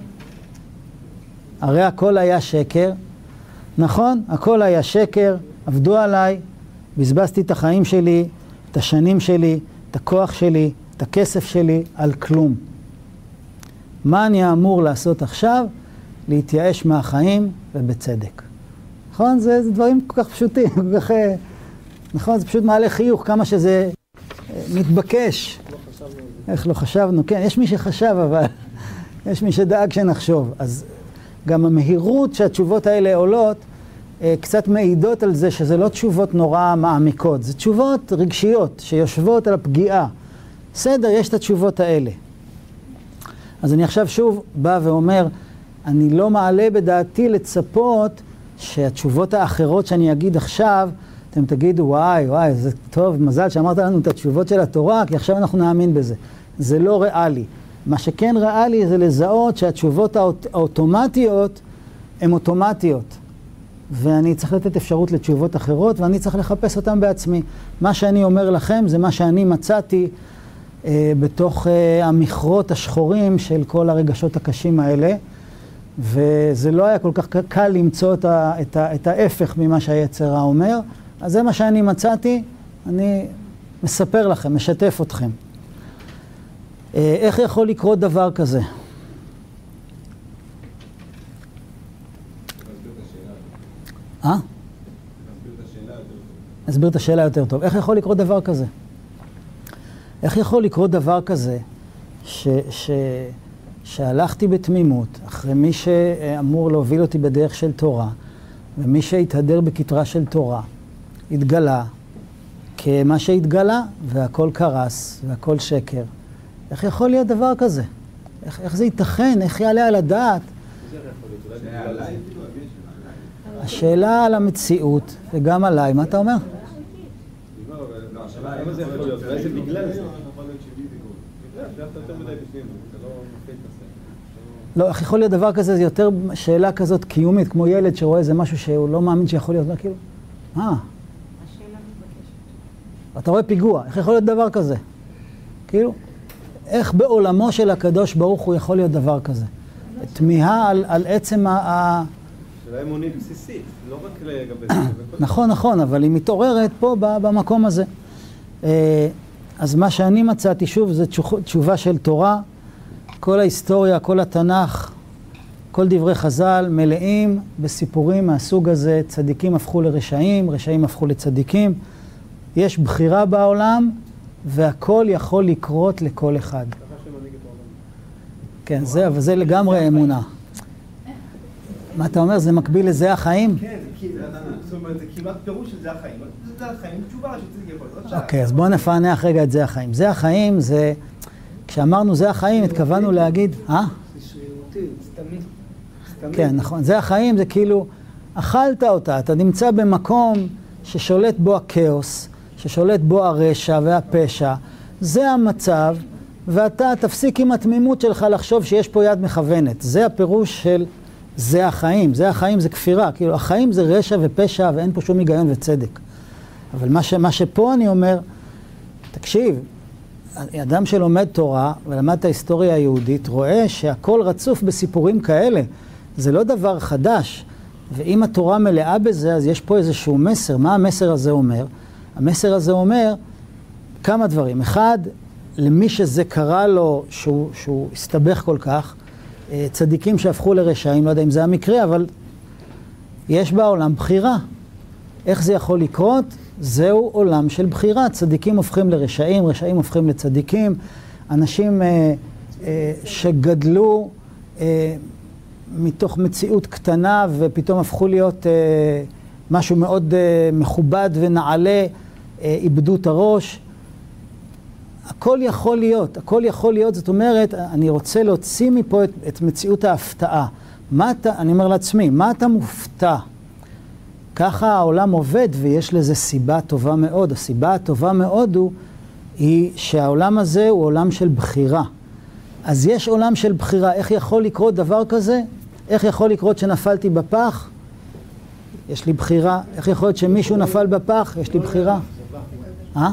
הרי הכל היה שקר. נכון? הכל היה שקר, עבדו עליי, בזבזתי את החיים שלי, את השנים שלי, את הכוח שלי, את הכסף שלי, על כלום. מה אני אמור לעשות עכשיו? להתייאש מהחיים ובצדק. נכון? זה, זה דברים כל כך פשוטים, כל כך, נכון? זה פשוט מעלה חיוך, כמה שזה מתבקש. לא חשבנו. איך לא חשבנו? כן, יש מי שחשב, אבל יש מי שדאג שנחשוב. אז גם המהירות שהתשובות האלה עולות, קצת מעידות על זה שזה לא תשובות נורא מעמיקות, זה תשובות רגשיות שיושבות על הפגיעה. בסדר, יש את התשובות האלה. אז אני עכשיו שוב בא ואומר, אני לא מעלה בדעתי לצפות שהתשובות האחרות שאני אגיד עכשיו, אתם תגידו, וואי, וואי, זה טוב, מזל שאמרת לנו את התשובות של התורה, כי עכשיו אנחנו נאמין בזה. זה לא ריאלי. מה שכן ריאלי זה לזהות שהתשובות האוטומטיות הן אוטומטיות. ואני צריך לתת אפשרות לתשובות אחרות, ואני צריך לחפש אותן בעצמי. מה שאני אומר לכם זה מה שאני מצאתי אה, בתוך אה, המכרות השחורים של כל הרגשות הקשים האלה, וזה לא היה כל כך קל למצוא את, ה, את, ה, את ההפך ממה שהיצר אומר. אז זה מה שאני מצאתי, אני מספר לכם, משתף אתכם. אה, איך יכול לקרות דבר כזה? אה? אסביר את השאלה יותר טוב. איך יכול לקרות דבר כזה? איך יכול לקרות דבר כזה ש, ש, שהלכתי בתמימות אחרי מי שאמור להוביל אותי בדרך של תורה, ומי שהתהדר בכתרה של תורה, התגלה כמה שהתגלה, והכל קרס, והכל שקר. איך יכול להיות דבר כזה? איך, איך זה ייתכן? איך יעלה על הדעת? השאלה על המציאות וגם עליי, מה אתה אומר? לא, איך יכול להיות דבר כזה? זה יותר שאלה כזאת קיומית, כמו ילד שרואה איזה משהו שהוא לא מאמין שיכול להיות, כאילו, מה? השאלה מתבקשת. אתה רואה פיגוע, איך יכול להיות דבר כזה? כאילו, איך בעולמו של הקדוש ברוך הוא יכול להיות דבר כזה? תמיהה על, על עצם ה... שאלה אמונית בסיסית, לא רק לגבי... נכון, נכון, אבל היא מתעוררת פה במקום הזה. אז מה שאני מצאתי, שוב, זה תשובה של תורה. כל ההיסטוריה, כל התנ"ך, כל דברי חז"ל מלאים בסיפורים מהסוג הזה, צדיקים הפכו לרשעים, רשעים הפכו לצדיקים. יש בחירה בעולם, והכל יכול לקרות לכל אחד. כן, זה, אבל זה לגמרי אמונה. מה אתה אומר? זה מקביל לזה החיים? כן, זאת אומרת, זה כמעט פירוש של זה החיים. זה החיים, תשובה שצריך יכול. אוקיי, אז בואו נפענח רגע את זה החיים. זה החיים זה... כשאמרנו זה החיים, התכוונו להגיד... אה? זה שרירותי, סתמי. כן, נכון. זה החיים, זה כאילו... אכלת אותה, אתה נמצא במקום ששולט בו הכאוס, ששולט בו הרשע והפשע. זה המצב, ואתה תפסיק עם התמימות שלך לחשוב שיש פה יד מכוונת. זה הפירוש של... זה החיים, זה החיים, זה כפירה, כאילו החיים זה רשע ופשע ואין פה שום היגיון וצדק. אבל מה, ש, מה שפה אני אומר, תקשיב, אדם שלומד תורה ולמד את ההיסטוריה היהודית, רואה שהכל רצוף בסיפורים כאלה, זה לא דבר חדש, ואם התורה מלאה בזה, אז יש פה איזשהו מסר. מה המסר הזה אומר? המסר הזה אומר כמה דברים. אחד, למי שזה קרה לו, שהוא, שהוא הסתבך כל כך, צדיקים שהפכו לרשעים, לא יודע אם זה המקרה, אבל יש בעולם בחירה. איך זה יכול לקרות? זהו עולם של בחירה. צדיקים הופכים לרשעים, רשעים הופכים לצדיקים. אנשים אה, אה, שגדלו אה, מתוך מציאות קטנה ופתאום הפכו להיות אה, משהו מאוד אה, מכובד ונעלה, אה, איבדו את הראש. הכל יכול להיות, הכל יכול להיות, זאת אומרת, אני רוצה להוציא מפה את, את מציאות ההפתעה. מה אתה, אני אומר לעצמי, מה אתה מופתע? ככה העולם עובד ויש לזה סיבה טובה מאוד. הסיבה הטובה מאוד הוא, היא שהעולם הזה הוא עולם של בחירה. אז יש עולם של בחירה. איך יכול לקרות דבר כזה? איך יכול לקרות שנפלתי בפח? יש לי בחירה. איך יכול להיות שמישהו נפל בפח? יש לי בחירה. אה?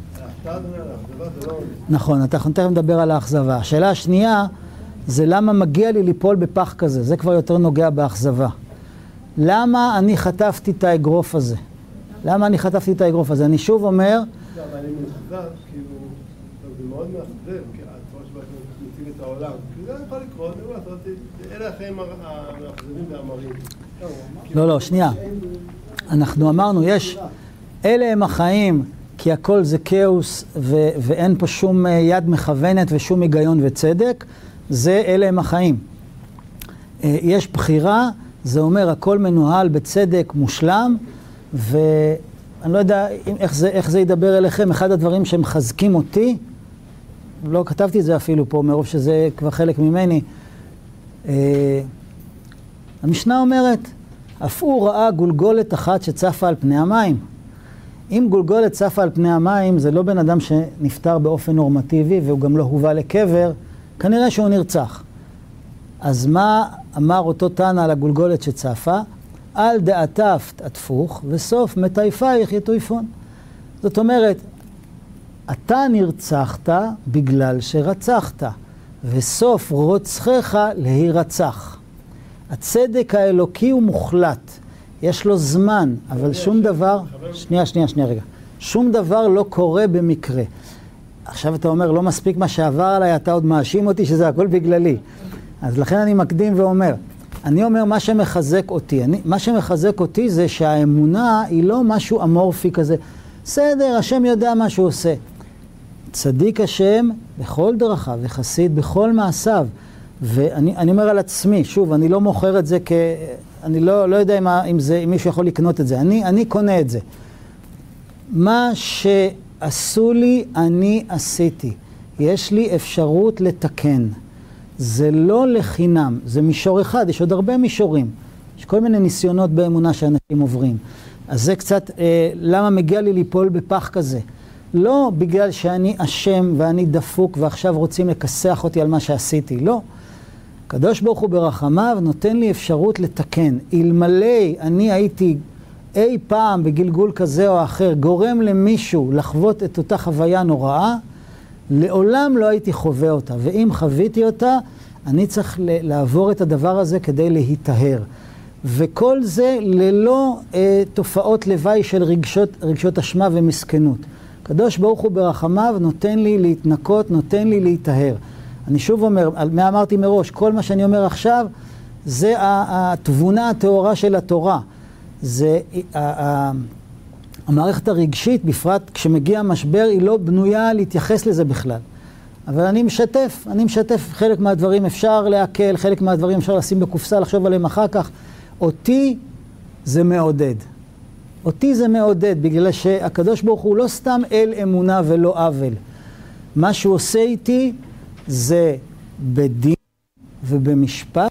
נכון, אתה תכף מדבר על האכזבה. השאלה השנייה זה למה מגיע לי ליפול בפח כזה. זה כבר יותר נוגע באכזבה. למה אני חטפתי את האגרוף הזה? למה אני חטפתי את האגרוף הזה? אני שוב אומר... לא, אבל אני מאכזב, כאילו, זה מאוד מאכזב, כי הצורה שבה אנחנו מציג את העולם. כי זה יכול לקרות, אלה החיים המאכזבים והמרים. לא, לא, שנייה. אנחנו אמרנו, יש... אלה הם החיים, כי הכל זה כאוס, ו- ואין פה שום יד מכוונת ושום היגיון וצדק. זה, אלה הם החיים. יש בחירה, זה אומר הכל מנוהל בצדק מושלם, ואני לא יודע איך זה, איך זה ידבר אליכם. אחד הדברים שמחזקים אותי, לא כתבתי את זה אפילו פה, מרוב שזה כבר חלק ממני, המשנה אומרת, אף הוא ראה גולגולת אחת שצפה על פני המים. אם גולגולת צפה על פני המים, זה לא בן אדם שנפטר באופן נורמטיבי, והוא גם לא הובא לקבר, כנראה שהוא נרצח. אז מה אמר אותו תנא על הגולגולת שצפה? על דעתיו תטפוך, וסוף מטייפייך יטויפון. זאת אומרת, אתה נרצחת בגלל שרצחת, וסוף רוצחך להירצח. הצדק האלוקי הוא מוחלט. יש לו זמן, אבל שום דבר... שנייה, שנייה, שנייה רגע. שום דבר לא קורה במקרה. עכשיו אתה אומר, לא מספיק מה שעבר עליי, אתה עוד מאשים אותי שזה הכל בגללי. אז לכן אני מקדים ואומר, אני אומר מה שמחזק אותי. אני, מה שמחזק אותי זה שהאמונה היא לא משהו אמורפי כזה. בסדר, השם יודע מה שהוא עושה. צדיק השם בכל דרכיו וחסיד בכל מעשיו. ואני אני אומר על עצמי, שוב, אני לא מוכר את זה כ... אני לא, לא יודע אם, אם, זה, אם מישהו יכול לקנות את זה. אני, אני קונה את זה. מה שעשו לי, אני עשיתי. יש לי אפשרות לתקן. זה לא לחינם, זה מישור אחד, יש עוד הרבה מישורים. יש כל מיני ניסיונות באמונה שאנשים עוברים. אז זה קצת, אה, למה מגיע לי ליפול בפח כזה? לא בגלל שאני אשם ואני דפוק ועכשיו רוצים לכסח אותי על מה שעשיתי, לא. הקדוש ברוך הוא ברחמיו נותן לי אפשרות לתקן. אלמלא אני הייתי אי פעם בגלגול כזה או אחר, גורם למישהו לחוות את אותה חוויה נוראה, לעולם לא הייתי חווה אותה. ואם חוויתי אותה, אני צריך לעבור את הדבר הזה כדי להיטהר. וכל זה ללא אה, תופעות לוואי של רגשות, רגשות אשמה ומסכנות. הקדוש ברוך הוא ברחמיו נותן לי להתנקות, נותן לי להיטהר. אני שוב אומר, מה אמרתי מראש, כל מה שאני אומר עכשיו, זה התבונה הטהורה של התורה. זה המערכת הרגשית, בפרט כשמגיע המשבר, היא לא בנויה להתייחס לזה בכלל. אבל אני משתף, אני משתף חלק מהדברים אפשר להקל, חלק מהדברים אפשר לשים בקופסה, לחשוב עליהם אחר כך. אותי זה מעודד. אותי זה מעודד, בגלל שהקדוש ברוך הוא לא סתם אל אמונה ולא עוול. מה שהוא עושה איתי זה בדין ובמשפט.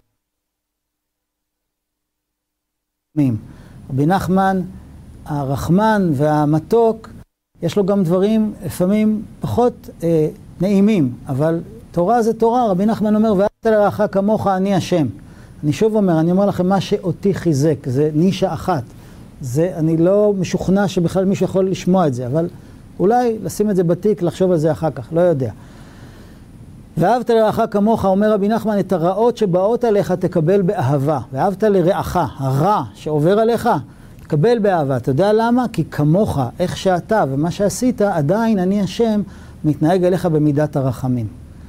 רבי נחמן, הרחמן והמתוק, יש לו גם דברים לפעמים פחות אה, נעימים, אבל תורה זה תורה. רבי נחמן אומר, ואהבת לרעך כמוך אני השם. אני שוב אומר, אני אומר לכם מה שאותי חיזק, זה נישה אחת. זה, אני לא משוכנע שבכלל מישהו יכול לשמוע את זה, אבל אולי לשים את זה בתיק, לחשוב על זה אחר כך, לא יודע. ואהבת לרעך כמוך, אומר רבי נחמן, את הרעות שבאות עליך תקבל באהבה. ואהבת לרעך, הרע שעובר עליך, תקבל באהבה. אתה יודע למה? כי כמוך, איך שאתה ומה שעשית, עדיין אני השם מתנהג אליך במידת הרחמים.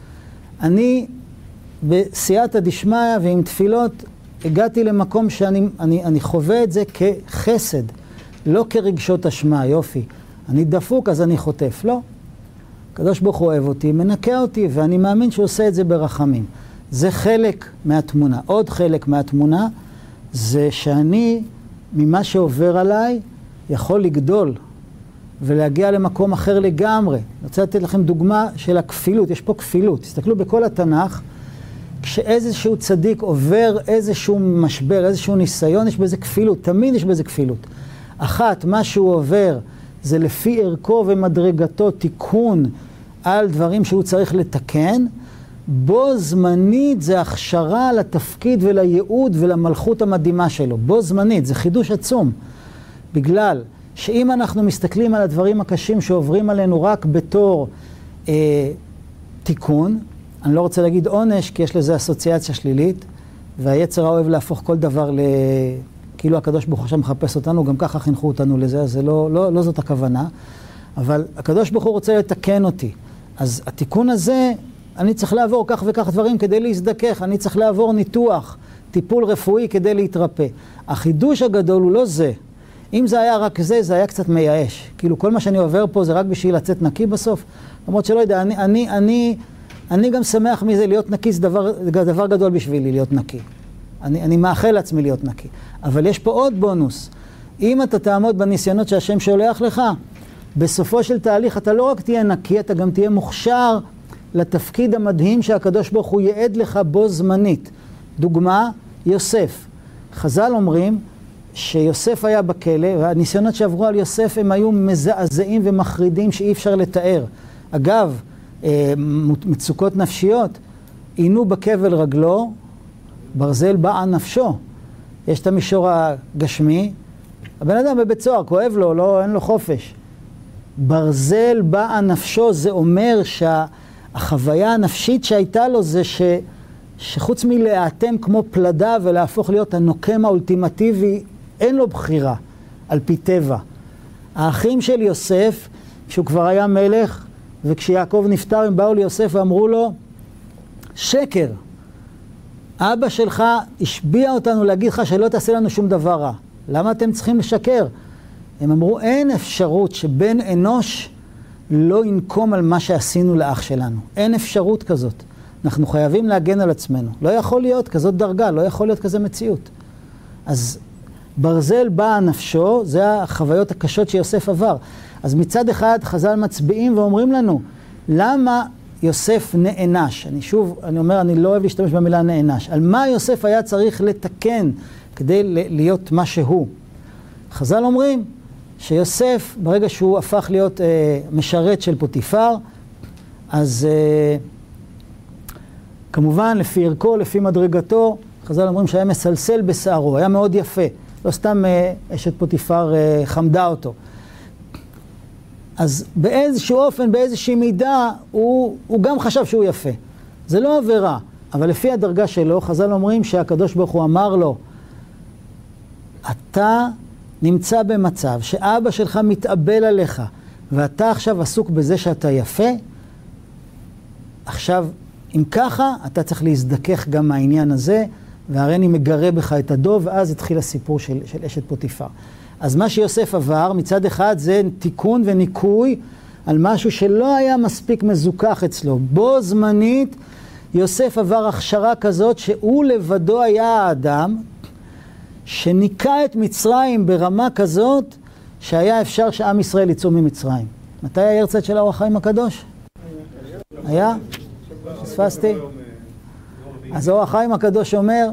אני בסייעתא דשמיא ועם תפילות הגעתי למקום שאני אני, אני חווה את זה כחסד, לא כרגשות אשמה, יופי. אני דפוק אז אני חוטף, לא. הקדוש ברוך הוא אוהב אותי, מנקה אותי, ואני מאמין שהוא עושה את זה ברחמים. זה חלק מהתמונה. עוד חלק מהתמונה זה שאני, ממה שעובר עליי, יכול לגדול ולהגיע למקום אחר לגמרי. אני רוצה לתת לכם דוגמה של הכפילות. יש פה כפילות. תסתכלו בכל התנ"ך, כשאיזשהו צדיק עובר איזשהו משבר, איזשהו ניסיון, יש בזה כפילות. תמיד יש בזה כפילות. אחת, מה שהוא עובר, זה לפי ערכו ומדרגתו תיקון על דברים שהוא צריך לתקן, בו זמנית זה הכשרה לתפקיד ולייעוד ולמלכות המדהימה שלו. בו זמנית, זה חידוש עצום. בגלל שאם אנחנו מסתכלים על הדברים הקשים שעוברים עלינו רק בתור אה, תיקון, אני לא רוצה להגיד עונש כי יש לזה אסוציאציה שלילית, והיצר אוהב להפוך כל דבר ל... כאילו הקדוש ברוך הוא שם מחפש אותנו, גם ככה חינכו אותנו לזה, אז זה לא, לא, לא זאת הכוונה. אבל הקדוש ברוך הוא רוצה לתקן אותי. אז התיקון הזה, אני צריך לעבור כך וכך דברים כדי להזדכך, אני צריך לעבור ניתוח, טיפול רפואי כדי להתרפא. החידוש הגדול הוא לא זה. אם זה היה רק זה, זה היה קצת מייאש. כאילו כל מה שאני עובר פה זה רק בשביל לצאת נקי בסוף. למרות שלא יודע, אני, אני, אני, אני גם שמח מזה להיות נקי, זה דבר, דבר גדול בשבילי להיות נקי. אני, אני מאחל לעצמי להיות נקי. אבל יש פה עוד בונוס. אם אתה תעמוד בניסיונות שהשם שולח לך, בסופו של תהליך אתה לא רק תהיה נקי, אתה גם תהיה מוכשר לתפקיד המדהים שהקדוש ברוך הוא יעד לך בו זמנית. דוגמה, יוסף. חז"ל אומרים שיוסף היה בכלא, והניסיונות שעברו על יוסף הם היו מזעזעים ומחרידים שאי אפשר לתאר. אגב, מצוקות נפשיות, עינו בכבל רגלו, ברזל באה נפשו. יש את המישור הגשמי, הבן אדם בבית סוהר, כואב לו, לא, אין לו חופש. ברזל באה נפשו, זה אומר שהחוויה הנפשית שהייתה לו זה ש, שחוץ מלהאטם כמו פלדה ולהפוך להיות הנוקם האולטימטיבי, אין לו בחירה על פי טבע. האחים של יוסף, כשהוא כבר היה מלך, וכשיעקב נפטר הם באו ליוסף ואמרו לו, שקר. אבא שלך השביע אותנו להגיד לך שלא תעשה לנו שום דבר רע. למה אתם צריכים לשקר? הם אמרו, אין אפשרות שבן אנוש לא ינקום על מה שעשינו לאח שלנו. אין אפשרות כזאת. אנחנו חייבים להגן על עצמנו. לא יכול להיות כזאת דרגה, לא יכול להיות כזה מציאות. אז ברזל באה נפשו, זה החוויות הקשות שיוסף עבר. אז מצד אחד חז"ל מצביעים ואומרים לנו, למה יוסף נענש? אני שוב, אני אומר, אני לא אוהב להשתמש במילה נענש. על מה יוסף היה צריך לתקן כדי להיות מה שהוא? חז"ל אומרים שיוסף, ברגע שהוא הפך להיות אה, משרת של פוטיפר, אז אה, כמובן לפי ערכו, לפי מדרגתו, חז"ל אומרים שהיה מסלסל בשערו, היה מאוד יפה. לא סתם אה, אשת פוטיפר אה, חמדה אותו. אז באיזשהו אופן, באיזושהי מידה, הוא, הוא גם חשב שהוא יפה. זה לא עבירה, אבל לפי הדרגה שלו, חז"ל אומרים שהקדוש ברוך הוא אמר לו, אתה נמצא במצב שאבא שלך מתאבל עליך, ואתה עכשיו עסוק בזה שאתה יפה, עכשיו, אם ככה, אתה צריך להזדכך גם מהעניין הזה, והרי אני מגרה בך את הדוב, ואז התחיל הסיפור של, של אשת פוטיפר. אז מה שיוסף עבר, מצד אחד זה תיקון וניקוי על משהו שלא היה מספיק מזוכח אצלו. בו זמנית יוסף עבר הכשרה כזאת שהוא לבדו היה האדם שניקה את מצרים ברמה כזאת שהיה אפשר שעם ישראל יצאו ממצרים. מתי היה הרצאת של האור החיים הקדוש? היה? פספסתי? אז האור החיים הקדוש אומר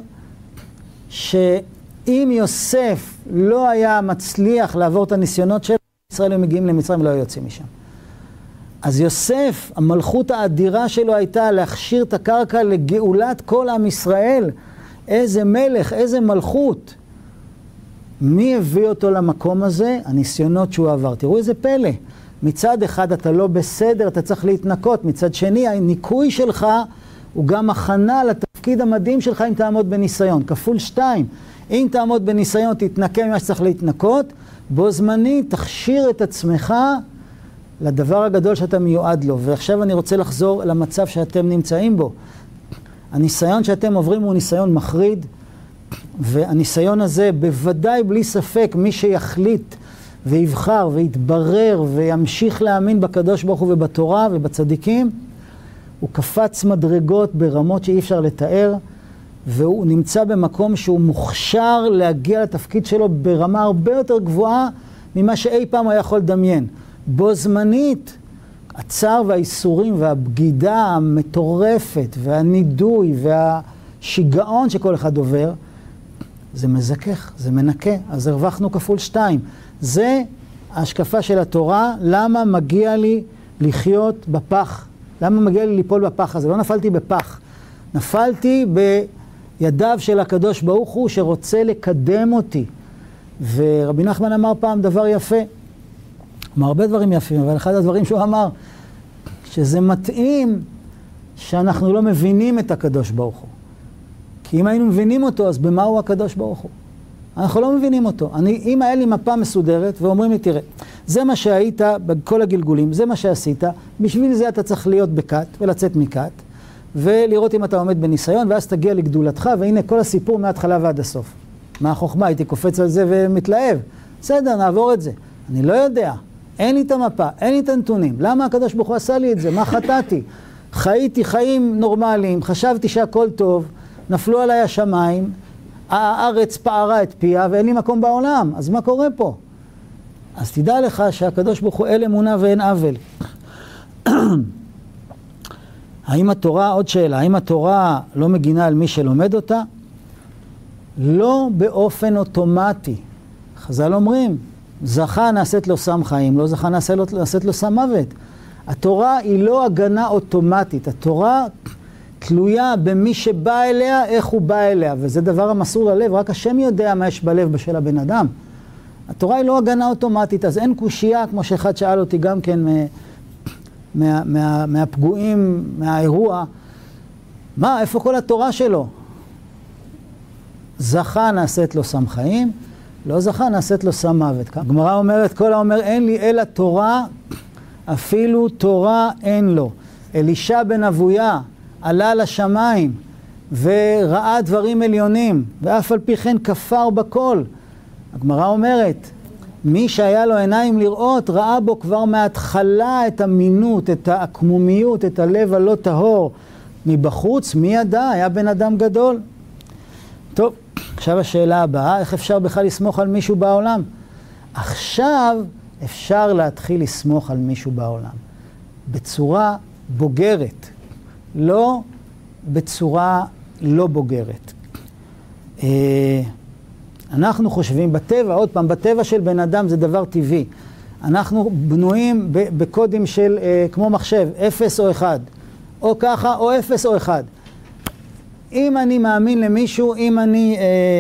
שאם יוסף לא היה מצליח לעבור את הניסיונות של ישראל הם מגיעים למצרים ולא היו יוצאים משם. אז יוסף, המלכות האדירה שלו הייתה להכשיר את הקרקע לגאולת כל עם ישראל. איזה מלך, איזה מלכות. מי הביא אותו למקום הזה? הניסיונות שהוא עבר. תראו איזה פלא. מצד אחד אתה לא בסדר, אתה צריך להתנקות. מצד שני, הניקוי שלך הוא גם הכנה לתפקיד המדהים שלך אם תעמוד בניסיון. כפול שתיים. אם תעמוד בניסיון, תתנקה ממה שצריך להתנקות. בו זמני, תכשיר את עצמך לדבר הגדול שאתה מיועד לו. ועכשיו אני רוצה לחזור למצב שאתם נמצאים בו. הניסיון שאתם עוברים הוא ניסיון מחריד, והניסיון הזה בוודאי בלי ספק מי שיחליט ויבחר ויתברר וימשיך להאמין בקדוש ברוך הוא ובתורה ובצדיקים, הוא קפץ מדרגות ברמות שאי אפשר לתאר, והוא נמצא במקום שהוא מוכשר להגיע לתפקיד שלו ברמה הרבה יותר גבוהה ממה שאי פעם היה יכול לדמיין. בו זמנית, הצער והאיסורים והבגידה המטורפת והנידוי והשיגעון שכל אחד עובר, זה מזכך, זה מנקה, אז הרווחנו כפול שתיים. זה ההשקפה של התורה, למה מגיע לי לחיות בפח? למה מגיע לי ליפול בפח הזה? לא נפלתי בפח, נפלתי בידיו של הקדוש ברוך הוא שרוצה לקדם אותי. ורבי נחמן אמר פעם דבר יפה, אמר הרבה דברים יפים, אבל אחד הדברים שהוא אמר, שזה מתאים שאנחנו לא מבינים את הקדוש ברוך הוא. כי אם היינו מבינים אותו, אז במה הוא הקדוש ברוך הוא? אנחנו לא מבינים אותו. אני, אם היה לי מפה מסודרת ואומרים לי, תראה, זה מה שהיית בכל הגלגולים, זה מה שעשית, בשביל זה אתה צריך להיות בקט ולצאת מקט, ולראות אם אתה עומד בניסיון, ואז תגיע לגדולתך, והנה כל הסיפור מההתחלה ועד הסוף. מה החוכמה? הייתי קופץ על זה ומתלהב. בסדר, נעבור את זה. אני לא יודע. אין לי את המפה, אין לי את הנתונים. למה הקדוש ברוך הוא עשה לי את זה? מה חטאתי? חייתי חיים נורמליים, חשבתי שהכל טוב, נפלו עליי השמיים, הארץ פערה את פיה ואין לי מקום בעולם. אז מה קורה פה? אז תדע לך שהקדוש ברוך הוא אל אמונה ואין עוול. האם התורה, עוד שאלה, האם התורה לא מגינה על מי שלומד אותה? לא באופן אוטומטי. חז"ל אומרים, זכה נעשית לו סם חיים, לא זכה נעשית לו סם מוות. התורה היא לא הגנה אוטומטית, התורה תלויה במי שבא אליה, איך הוא בא אליה, וזה דבר המסור ללב, רק השם יודע מה יש בלב של הבן אדם. התורה היא לא הגנה אוטומטית, אז אין קושייה, כמו שאחד שאל אותי גם כן מה, מה, מה, מהפגועים, מהאירוע, מה, איפה כל התורה שלו? זכה נעשית לו סם חיים, לא זכה נעשית לו סם מוות. הגמרא אומרת, כל האומר אין לי אלא תורה, אפילו תורה אין לו. אלישע בן אבויה עלה לשמיים וראה דברים עליונים, ואף על פי כן כפר בכל. הגמרא אומרת, מי שהיה לו עיניים לראות, ראה בו כבר מההתחלה את המינות, את העקמומיות, את הלב הלא טהור. מבחוץ, מי ידע? היה בן אדם גדול. טוב, עכשיו השאלה הבאה, איך אפשר בכלל לסמוך על מישהו בעולם? עכשיו אפשר להתחיל לסמוך על מישהו בעולם. בצורה בוגרת, לא בצורה לא בוגרת. אנחנו חושבים בטבע, עוד פעם, בטבע של בן אדם זה דבר טבעי. אנחנו בנויים בקודים של, כמו מחשב, אפס או אחד. או ככה, או אפס או אחד. אם אני מאמין למישהו, אם אני,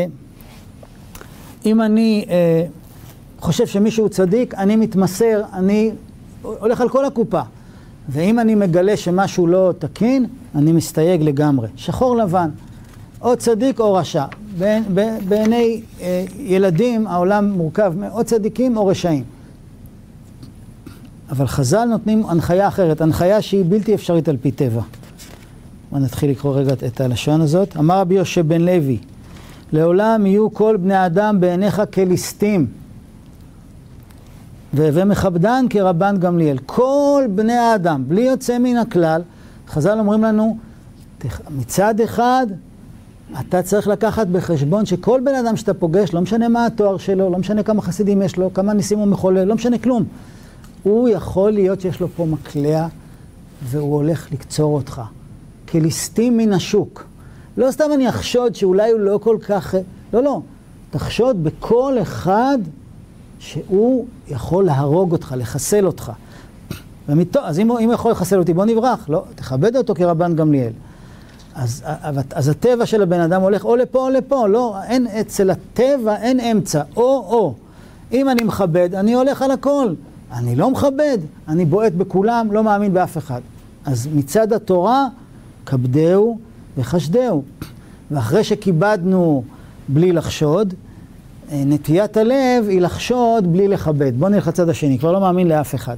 אם אני חושב שמישהו צדיק, אני מתמסר, אני הולך על כל הקופה. ואם אני מגלה שמשהו לא תקין, אני מסתייג לגמרי. שחור לבן, או צדיק או רשע. בעיני ילדים העולם מורכב או צדיקים או רשעים. אבל חז"ל נותנים הנחיה אחרת, הנחיה שהיא בלתי אפשרית על פי טבע. ונתחיל לקרוא רגע את הלשון הזאת. אמר רבי יהושע בן לוי, לעולם יהיו כל בני אדם בעיניך כליסטים, ומכבדן כרבן גמליאל. כל בני האדם, בלי יוצא מן הכלל, חז"ל אומרים לנו, מצד אחד, אתה צריך לקחת בחשבון שכל בן אדם שאתה פוגש, לא משנה מה התואר שלו, לא משנה כמה חסידים יש לו, כמה ניסים הוא מחולל, לא משנה כלום. הוא יכול להיות שיש לו פה מקלע, והוא הולך לקצור אותך. כליסטים מן השוק. לא סתם אני אחשוד שאולי הוא לא כל כך... לא, לא. תחשוד בכל אחד שהוא יכול להרוג אותך, לחסל אותך. ומתו, אז אם הוא, אם הוא יכול לחסל אותי, בוא נברח. לא, תכבד אותו כרבן גמליאל. אז, אז הטבע של הבן אדם הולך או לפה או לפה. לא, אין, אצל הטבע אין אמצע. או, או. אם אני מכבד, אני הולך על הכל. אני לא מכבד, אני בועט בכולם, לא מאמין באף אחד. אז מצד התורה, כבדהו וחשדהו. ואחרי שכיבדנו בלי לחשוד, נטיית הלב היא לחשוד בלי לכבד. בוא נלך לצד השני, כבר לא מאמין לאף אחד.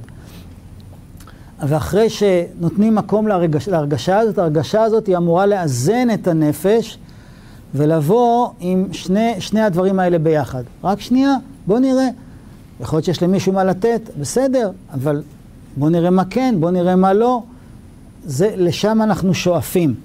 ואחרי שנותנים מקום להרגש, להרגשה הזאת, ההרגשה הזאת היא אמורה לאזן את הנפש, ולבוא עם שני, שני הדברים האלה ביחד. רק שנייה, בוא נראה. יכול להיות שיש למישהו מה לתת, בסדר, אבל בוא נראה מה כן, בוא נראה מה לא. זה, לשם אנחנו שואפים.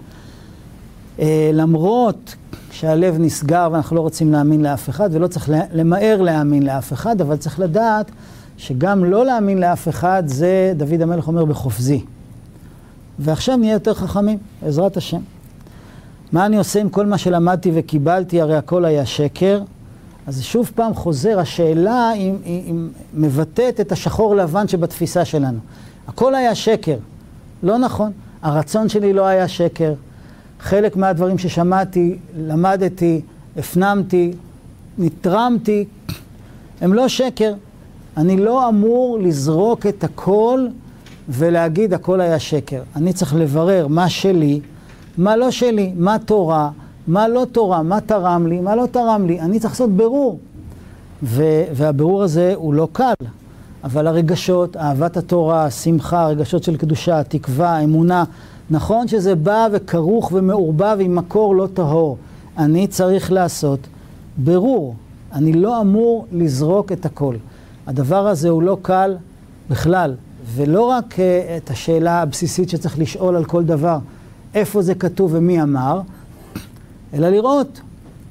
אה, למרות שהלב נסגר ואנחנו לא רוצים להאמין לאף אחד, ולא צריך למהר להאמין לאף אחד, אבל צריך לדעת שגם לא להאמין לאף אחד, זה דוד המלך אומר בחופזי. ועכשיו נהיה יותר חכמים, בעזרת השם. מה אני עושה עם כל מה שלמדתי וקיבלתי, הרי הכל היה שקר. אז שוב פעם חוזר, השאלה אם, אם מבטאת את השחור לבן שבתפיסה שלנו. הכל היה שקר. לא נכון. הרצון שלי לא היה שקר. חלק מהדברים ששמעתי, למדתי, הפנמתי, נתרמתי, הם לא שקר. אני לא אמור לזרוק את הכל ולהגיד הכל היה שקר. אני צריך לברר מה שלי, מה לא שלי, מה תורה, מה לא תורה, מה תרם לי, מה לא תרם לי. אני צריך לעשות ברור. ו- והברור הזה הוא לא קל. אבל הרגשות, אהבת התורה, שמחה, הרגשות של קדושה, תקווה, אמונה, נכון שזה בא וכרוך ומעורבב עם מקור לא טהור. אני צריך לעשות ברור. אני לא אמור לזרוק את הכל. הדבר הזה הוא לא קל בכלל. ולא רק uh, את השאלה הבסיסית שצריך לשאול על כל דבר, איפה זה כתוב ומי אמר, אלא לראות.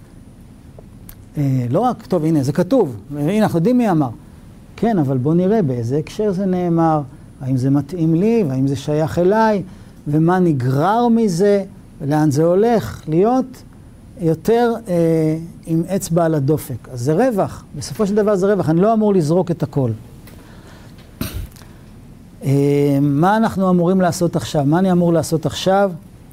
Uh, לא רק, טוב, הנה, זה כתוב. הנה, אנחנו יודעים מי אמר. כן, אבל בוא נראה באיזה הקשר זה נאמר, האם זה מתאים לי, והאם זה שייך אליי, ומה נגרר מזה, ולאן זה הולך, להיות יותר אה, עם אצבע על הדופק. אז זה רווח, בסופו של דבר זה רווח, אני לא אמור לזרוק את הכל. אה, מה אנחנו אמורים לעשות עכשיו? מה אני אמור לעשות עכשיו?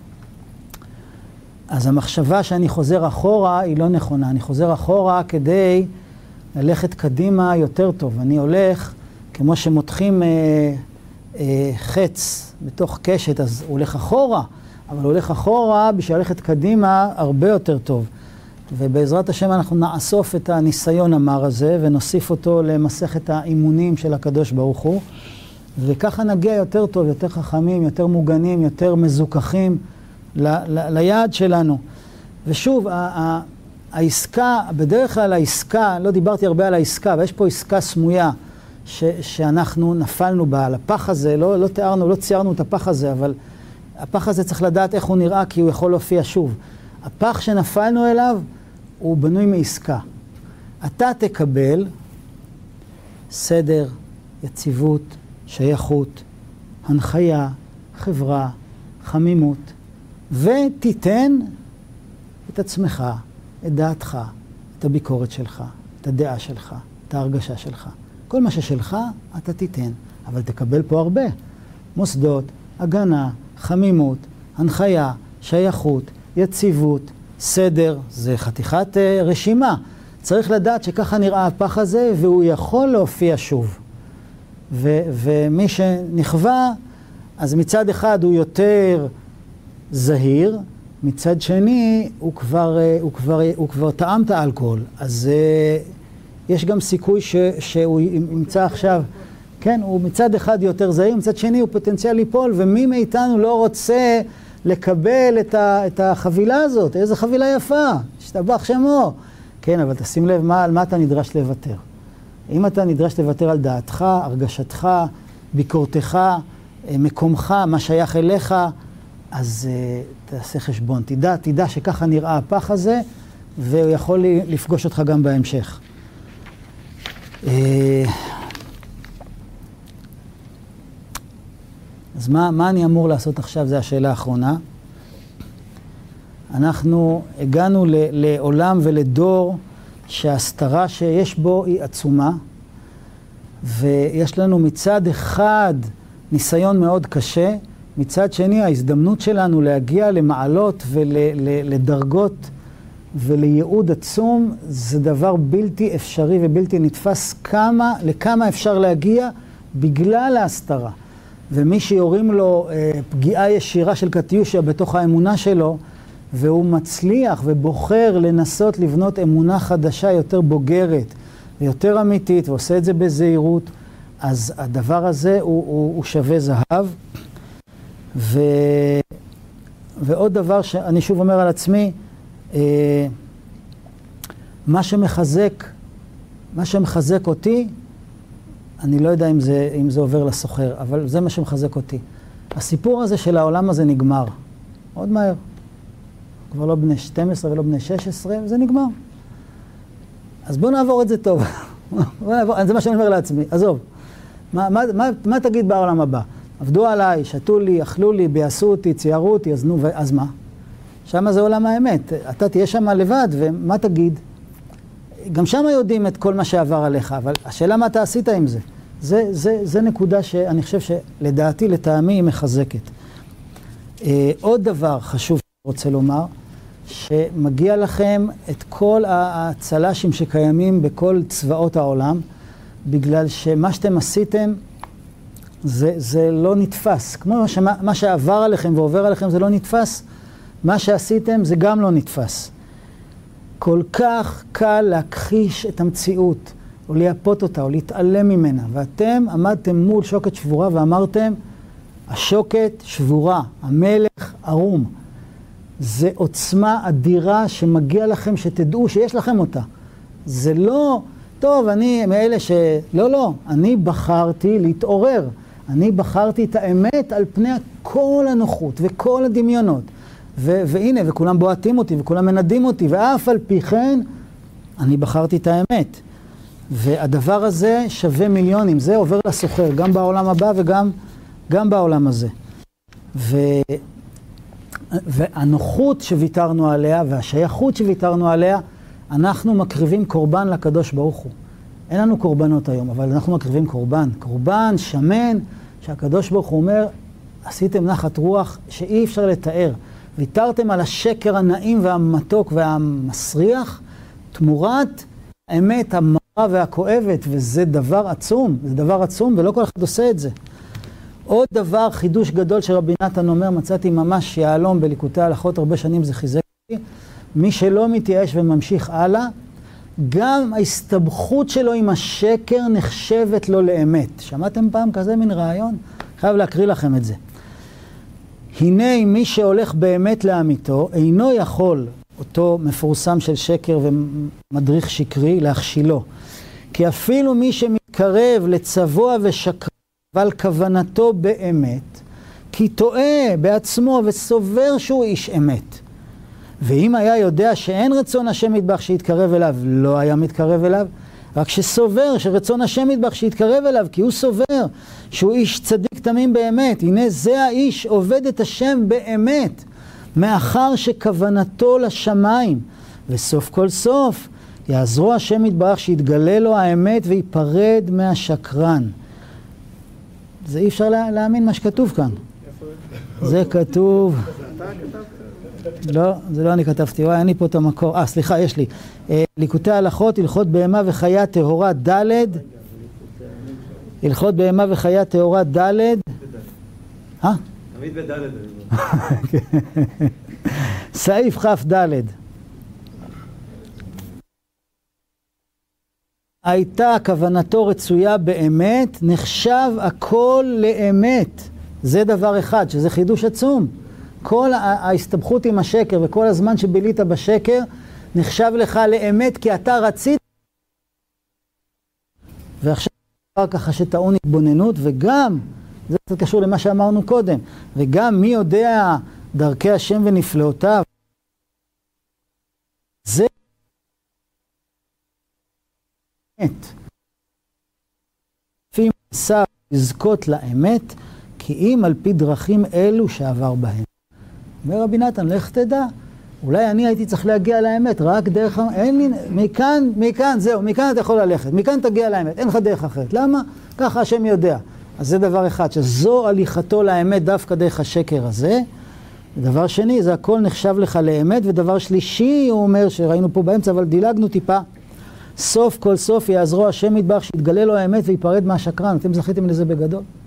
אז המחשבה שאני חוזר אחורה היא לא נכונה. אני חוזר אחורה כדי ללכת קדימה יותר טוב. אני הולך, כמו שמותחים אה, אה, חץ בתוך קשת, אז הוא הולך אחורה, אבל הוא הולך אחורה בשביל ללכת קדימה הרבה יותר טוב. ובעזרת השם אנחנו נאסוף את הניסיון המר הזה, ונוסיף אותו למסכת האימונים של הקדוש ברוך הוא, וככה נגיע יותר טוב, יותר חכמים, יותר מוגנים, יותר מזוכחים ל- ל- ליעד שלנו. ושוב, ה- ה- העסקה, בדרך כלל העסקה, לא דיברתי הרבה על העסקה, אבל יש פה עסקה סמויה ש- שאנחנו נפלנו בה, על הפח הזה, לא, לא תיארנו, לא ציירנו את הפח הזה, אבל הפח הזה צריך לדעת איך הוא נראה, כי הוא יכול להופיע שוב. הפח שנפלנו אליו הוא בנוי מעסקה. אתה תקבל סדר, יציבות, שייכות, הנחיה, חברה, חמימות, ותיתן את עצמך, את דעתך, את הביקורת שלך, את הדעה שלך, את ההרגשה שלך. כל מה ששלך אתה תיתן, אבל תקבל פה הרבה. מוסדות, הגנה, חמימות, הנחיה, שייכות, יציבות, סדר, זה חתיכת uh, רשימה. צריך לדעת שככה נראה הפח הזה, והוא יכול להופיע שוב. ו- ומי שנכווה, אז מצד אחד הוא יותר זהיר, מצד שני הוא כבר, הוא כבר, הוא כבר טעם את האלכוהול. אז uh, יש גם סיכוי ש- שהוא ימצא עכשיו, כן, הוא מצד אחד יותר זהיר, מצד שני הוא פוטנציאל ליפול, ומי מאיתנו לא רוצה לקבל את, ה, את החבילה הזאת. איזו חבילה יפה, השתבח שמו. כן, אבל תשים לב מה, על מה אתה נדרש לוותר. אם אתה נדרש לוותר על דעתך, הרגשתך, ביקורתך, מקומך, מה שייך אליך, אז uh, תעשה חשבון. תדע, תדע שככה נראה הפח הזה, והוא יכול לפגוש אותך גם בהמשך. Uh, אז מה, מה אני אמור לעשות עכשיו? זו השאלה האחרונה. אנחנו הגענו ל, לעולם ולדור שההסתרה שיש בו היא עצומה, ויש לנו מצד אחד ניסיון מאוד קשה, מצד שני ההזדמנות שלנו להגיע למעלות ולדרגות ולייעוד עצום, זה דבר בלתי אפשרי ובלתי נתפס. כמה, לכמה אפשר להגיע בגלל ההסתרה. ומי שיורים לו אה, פגיעה ישירה של קטיושה בתוך האמונה שלו, והוא מצליח ובוחר לנסות לבנות אמונה חדשה יותר בוגרת ויותר אמיתית, ועושה את זה בזהירות, אז הדבר הזה הוא, הוא, הוא שווה זהב. ו... ועוד דבר שאני שוב אומר על עצמי, אה, מה שמחזק, מה שמחזק אותי, אני לא יודע אם זה, אם זה עובר לסוחר, אבל זה מה שמחזק אותי. הסיפור הזה של העולם הזה נגמר. מאוד מהר. כבר לא בני שתים עשרה ולא בני שש עשרה, וזה נגמר. אז בואו נעבור את זה טוב. בוא נעבור, זה מה שאני אומר לעצמי. עזוב. מה, מה, מה, מה תגיד בעולם הבא? עבדו עליי, שתו לי, אכלו לי, ביעשו אותי, ציירו אותי, אז נו, אז מה? שמה זה עולם האמת. אתה תהיה שמה לבד, ומה תגיד? גם שמה יודעים את כל מה שעבר עליך, אבל השאלה מה אתה עשית עם זה? זה, זה, זה נקודה שאני חושב שלדעתי, לטעמי, היא מחזקת. אה, עוד דבר חשוב שאני רוצה לומר, שמגיע לכם את כל הצלשים שקיימים בכל צבאות העולם, בגלל שמה שאתם עשיתם, זה, זה לא נתפס. כמו שמה, מה שעבר עליכם ועובר עליכם זה לא נתפס, מה שעשיתם זה גם לא נתפס. כל כך קל להכחיש את המציאות, או לייפות אותה, או להתעלם ממנה. ואתם עמדתם מול שוקת שבורה ואמרתם, השוקת שבורה, המלך ערום. זה עוצמה אדירה שמגיע לכם שתדעו שיש לכם אותה. זה לא, טוב, אני מאלה ש... לא, לא, אני בחרתי להתעורר. אני בחרתי את האמת על פני כל הנוחות וכל הדמיונות. ו- והנה, וכולם בועטים אותי וכולם מנדים אותי, ואף על פי כן, אני בחרתי את האמת. והדבר הזה שווה מיליונים, זה עובר לסוחר, גם בעולם הבא וגם גם בעולם הזה. ו... והנוחות שוויתרנו עליה והשייכות שוויתרנו עליה, אנחנו מקריבים קורבן לקדוש ברוך הוא. אין לנו קורבנות היום, אבל אנחנו מקריבים קורבן. קורבן, שמן, שהקדוש ברוך הוא אומר, עשיתם נחת רוח שאי אפשר לתאר. ויתרתם על השקר הנעים והמתוק והמסריח, תמורת האמת המרה והכואבת, וזה דבר עצום, זה דבר עצום, ולא כל אחד עושה את זה. עוד דבר, חידוש גדול שרבי נתן אומר, מצאתי ממש יעלום בליקוטי ההלכות, הרבה שנים זה חיזק אותי, מי שלא מתייאש וממשיך הלאה, גם ההסתבכות שלו עם השקר נחשבת לו לאמת. שמעתם פעם כזה מן רעיון? חייב להקריא לכם את זה. הנה מי שהולך באמת לאמיתו, אינו יכול, אותו מפורסם של שקר ומדריך שקרי, להכשילו. כי אפילו מי שמתקרב לצבוע ושקר, אבל כוונתו באמת, כי טועה בעצמו וסובר שהוא איש אמת. ואם היה יודע שאין רצון השם יתברך שיתקרב אליו, לא היה מתקרב אליו, רק שסובר שרצון השם יתברך שיתקרב אליו, כי הוא סובר שהוא איש צדיק תמים באמת. הנה זה האיש עובד את השם באמת, מאחר שכוונתו לשמיים, וסוף כל סוף יעזרו השם יתברך שיתגלה לו האמת ויפרד מהשקרן. זה אי אפשר לה, להאמין מה שכתוב כאן. זה כתוב... לא, זה לא אני כתבתי, וואי, אני פה את המקור. אה, סליחה, יש לי. אה, ליקוטי ההלכות, הלכות בהמה וחיה טהורה ד', הלכות בהמה וחיה טהורה ד'. אה? תמיד בד'. סעיף כף ד'. הייתה כוונתו רצויה באמת, נחשב הכל לאמת. זה דבר אחד, שזה חידוש עצום. כל ההסתבכות עם השקר וכל הזמן שבילית בשקר נחשב לך לאמת כי אתה רצית. ועכשיו אחר כך שטעון התבוננות, וגם, זה קצת קשור למה שאמרנו קודם, וגם מי יודע דרכי השם ונפלאותיו, זה אמת. לפי מעשיו לזכות לאמת, כי אם על פי דרכים אלו שעבר בהם. אומר רבי נתן, לך תדע, אולי אני הייתי צריך להגיע לאמת, רק דרך, אין לי, מכאן, מכאן, זהו, מכאן אתה יכול ללכת, מכאן תגיע לאמת, אין לך דרך אחרת. למה? ככה השם יודע. אז זה דבר אחד, שזו הליכתו לאמת דווקא דרך השקר הזה. ודבר שני, זה הכל נחשב לך לאמת, ודבר שלישי, הוא אומר, שראינו פה באמצע, אבל דילגנו טיפה, סוף כל סוף יעזרו השם יתברך, שיתגלה לו האמת ויפרד מהשקרן. אתם זכיתם לזה בגדול?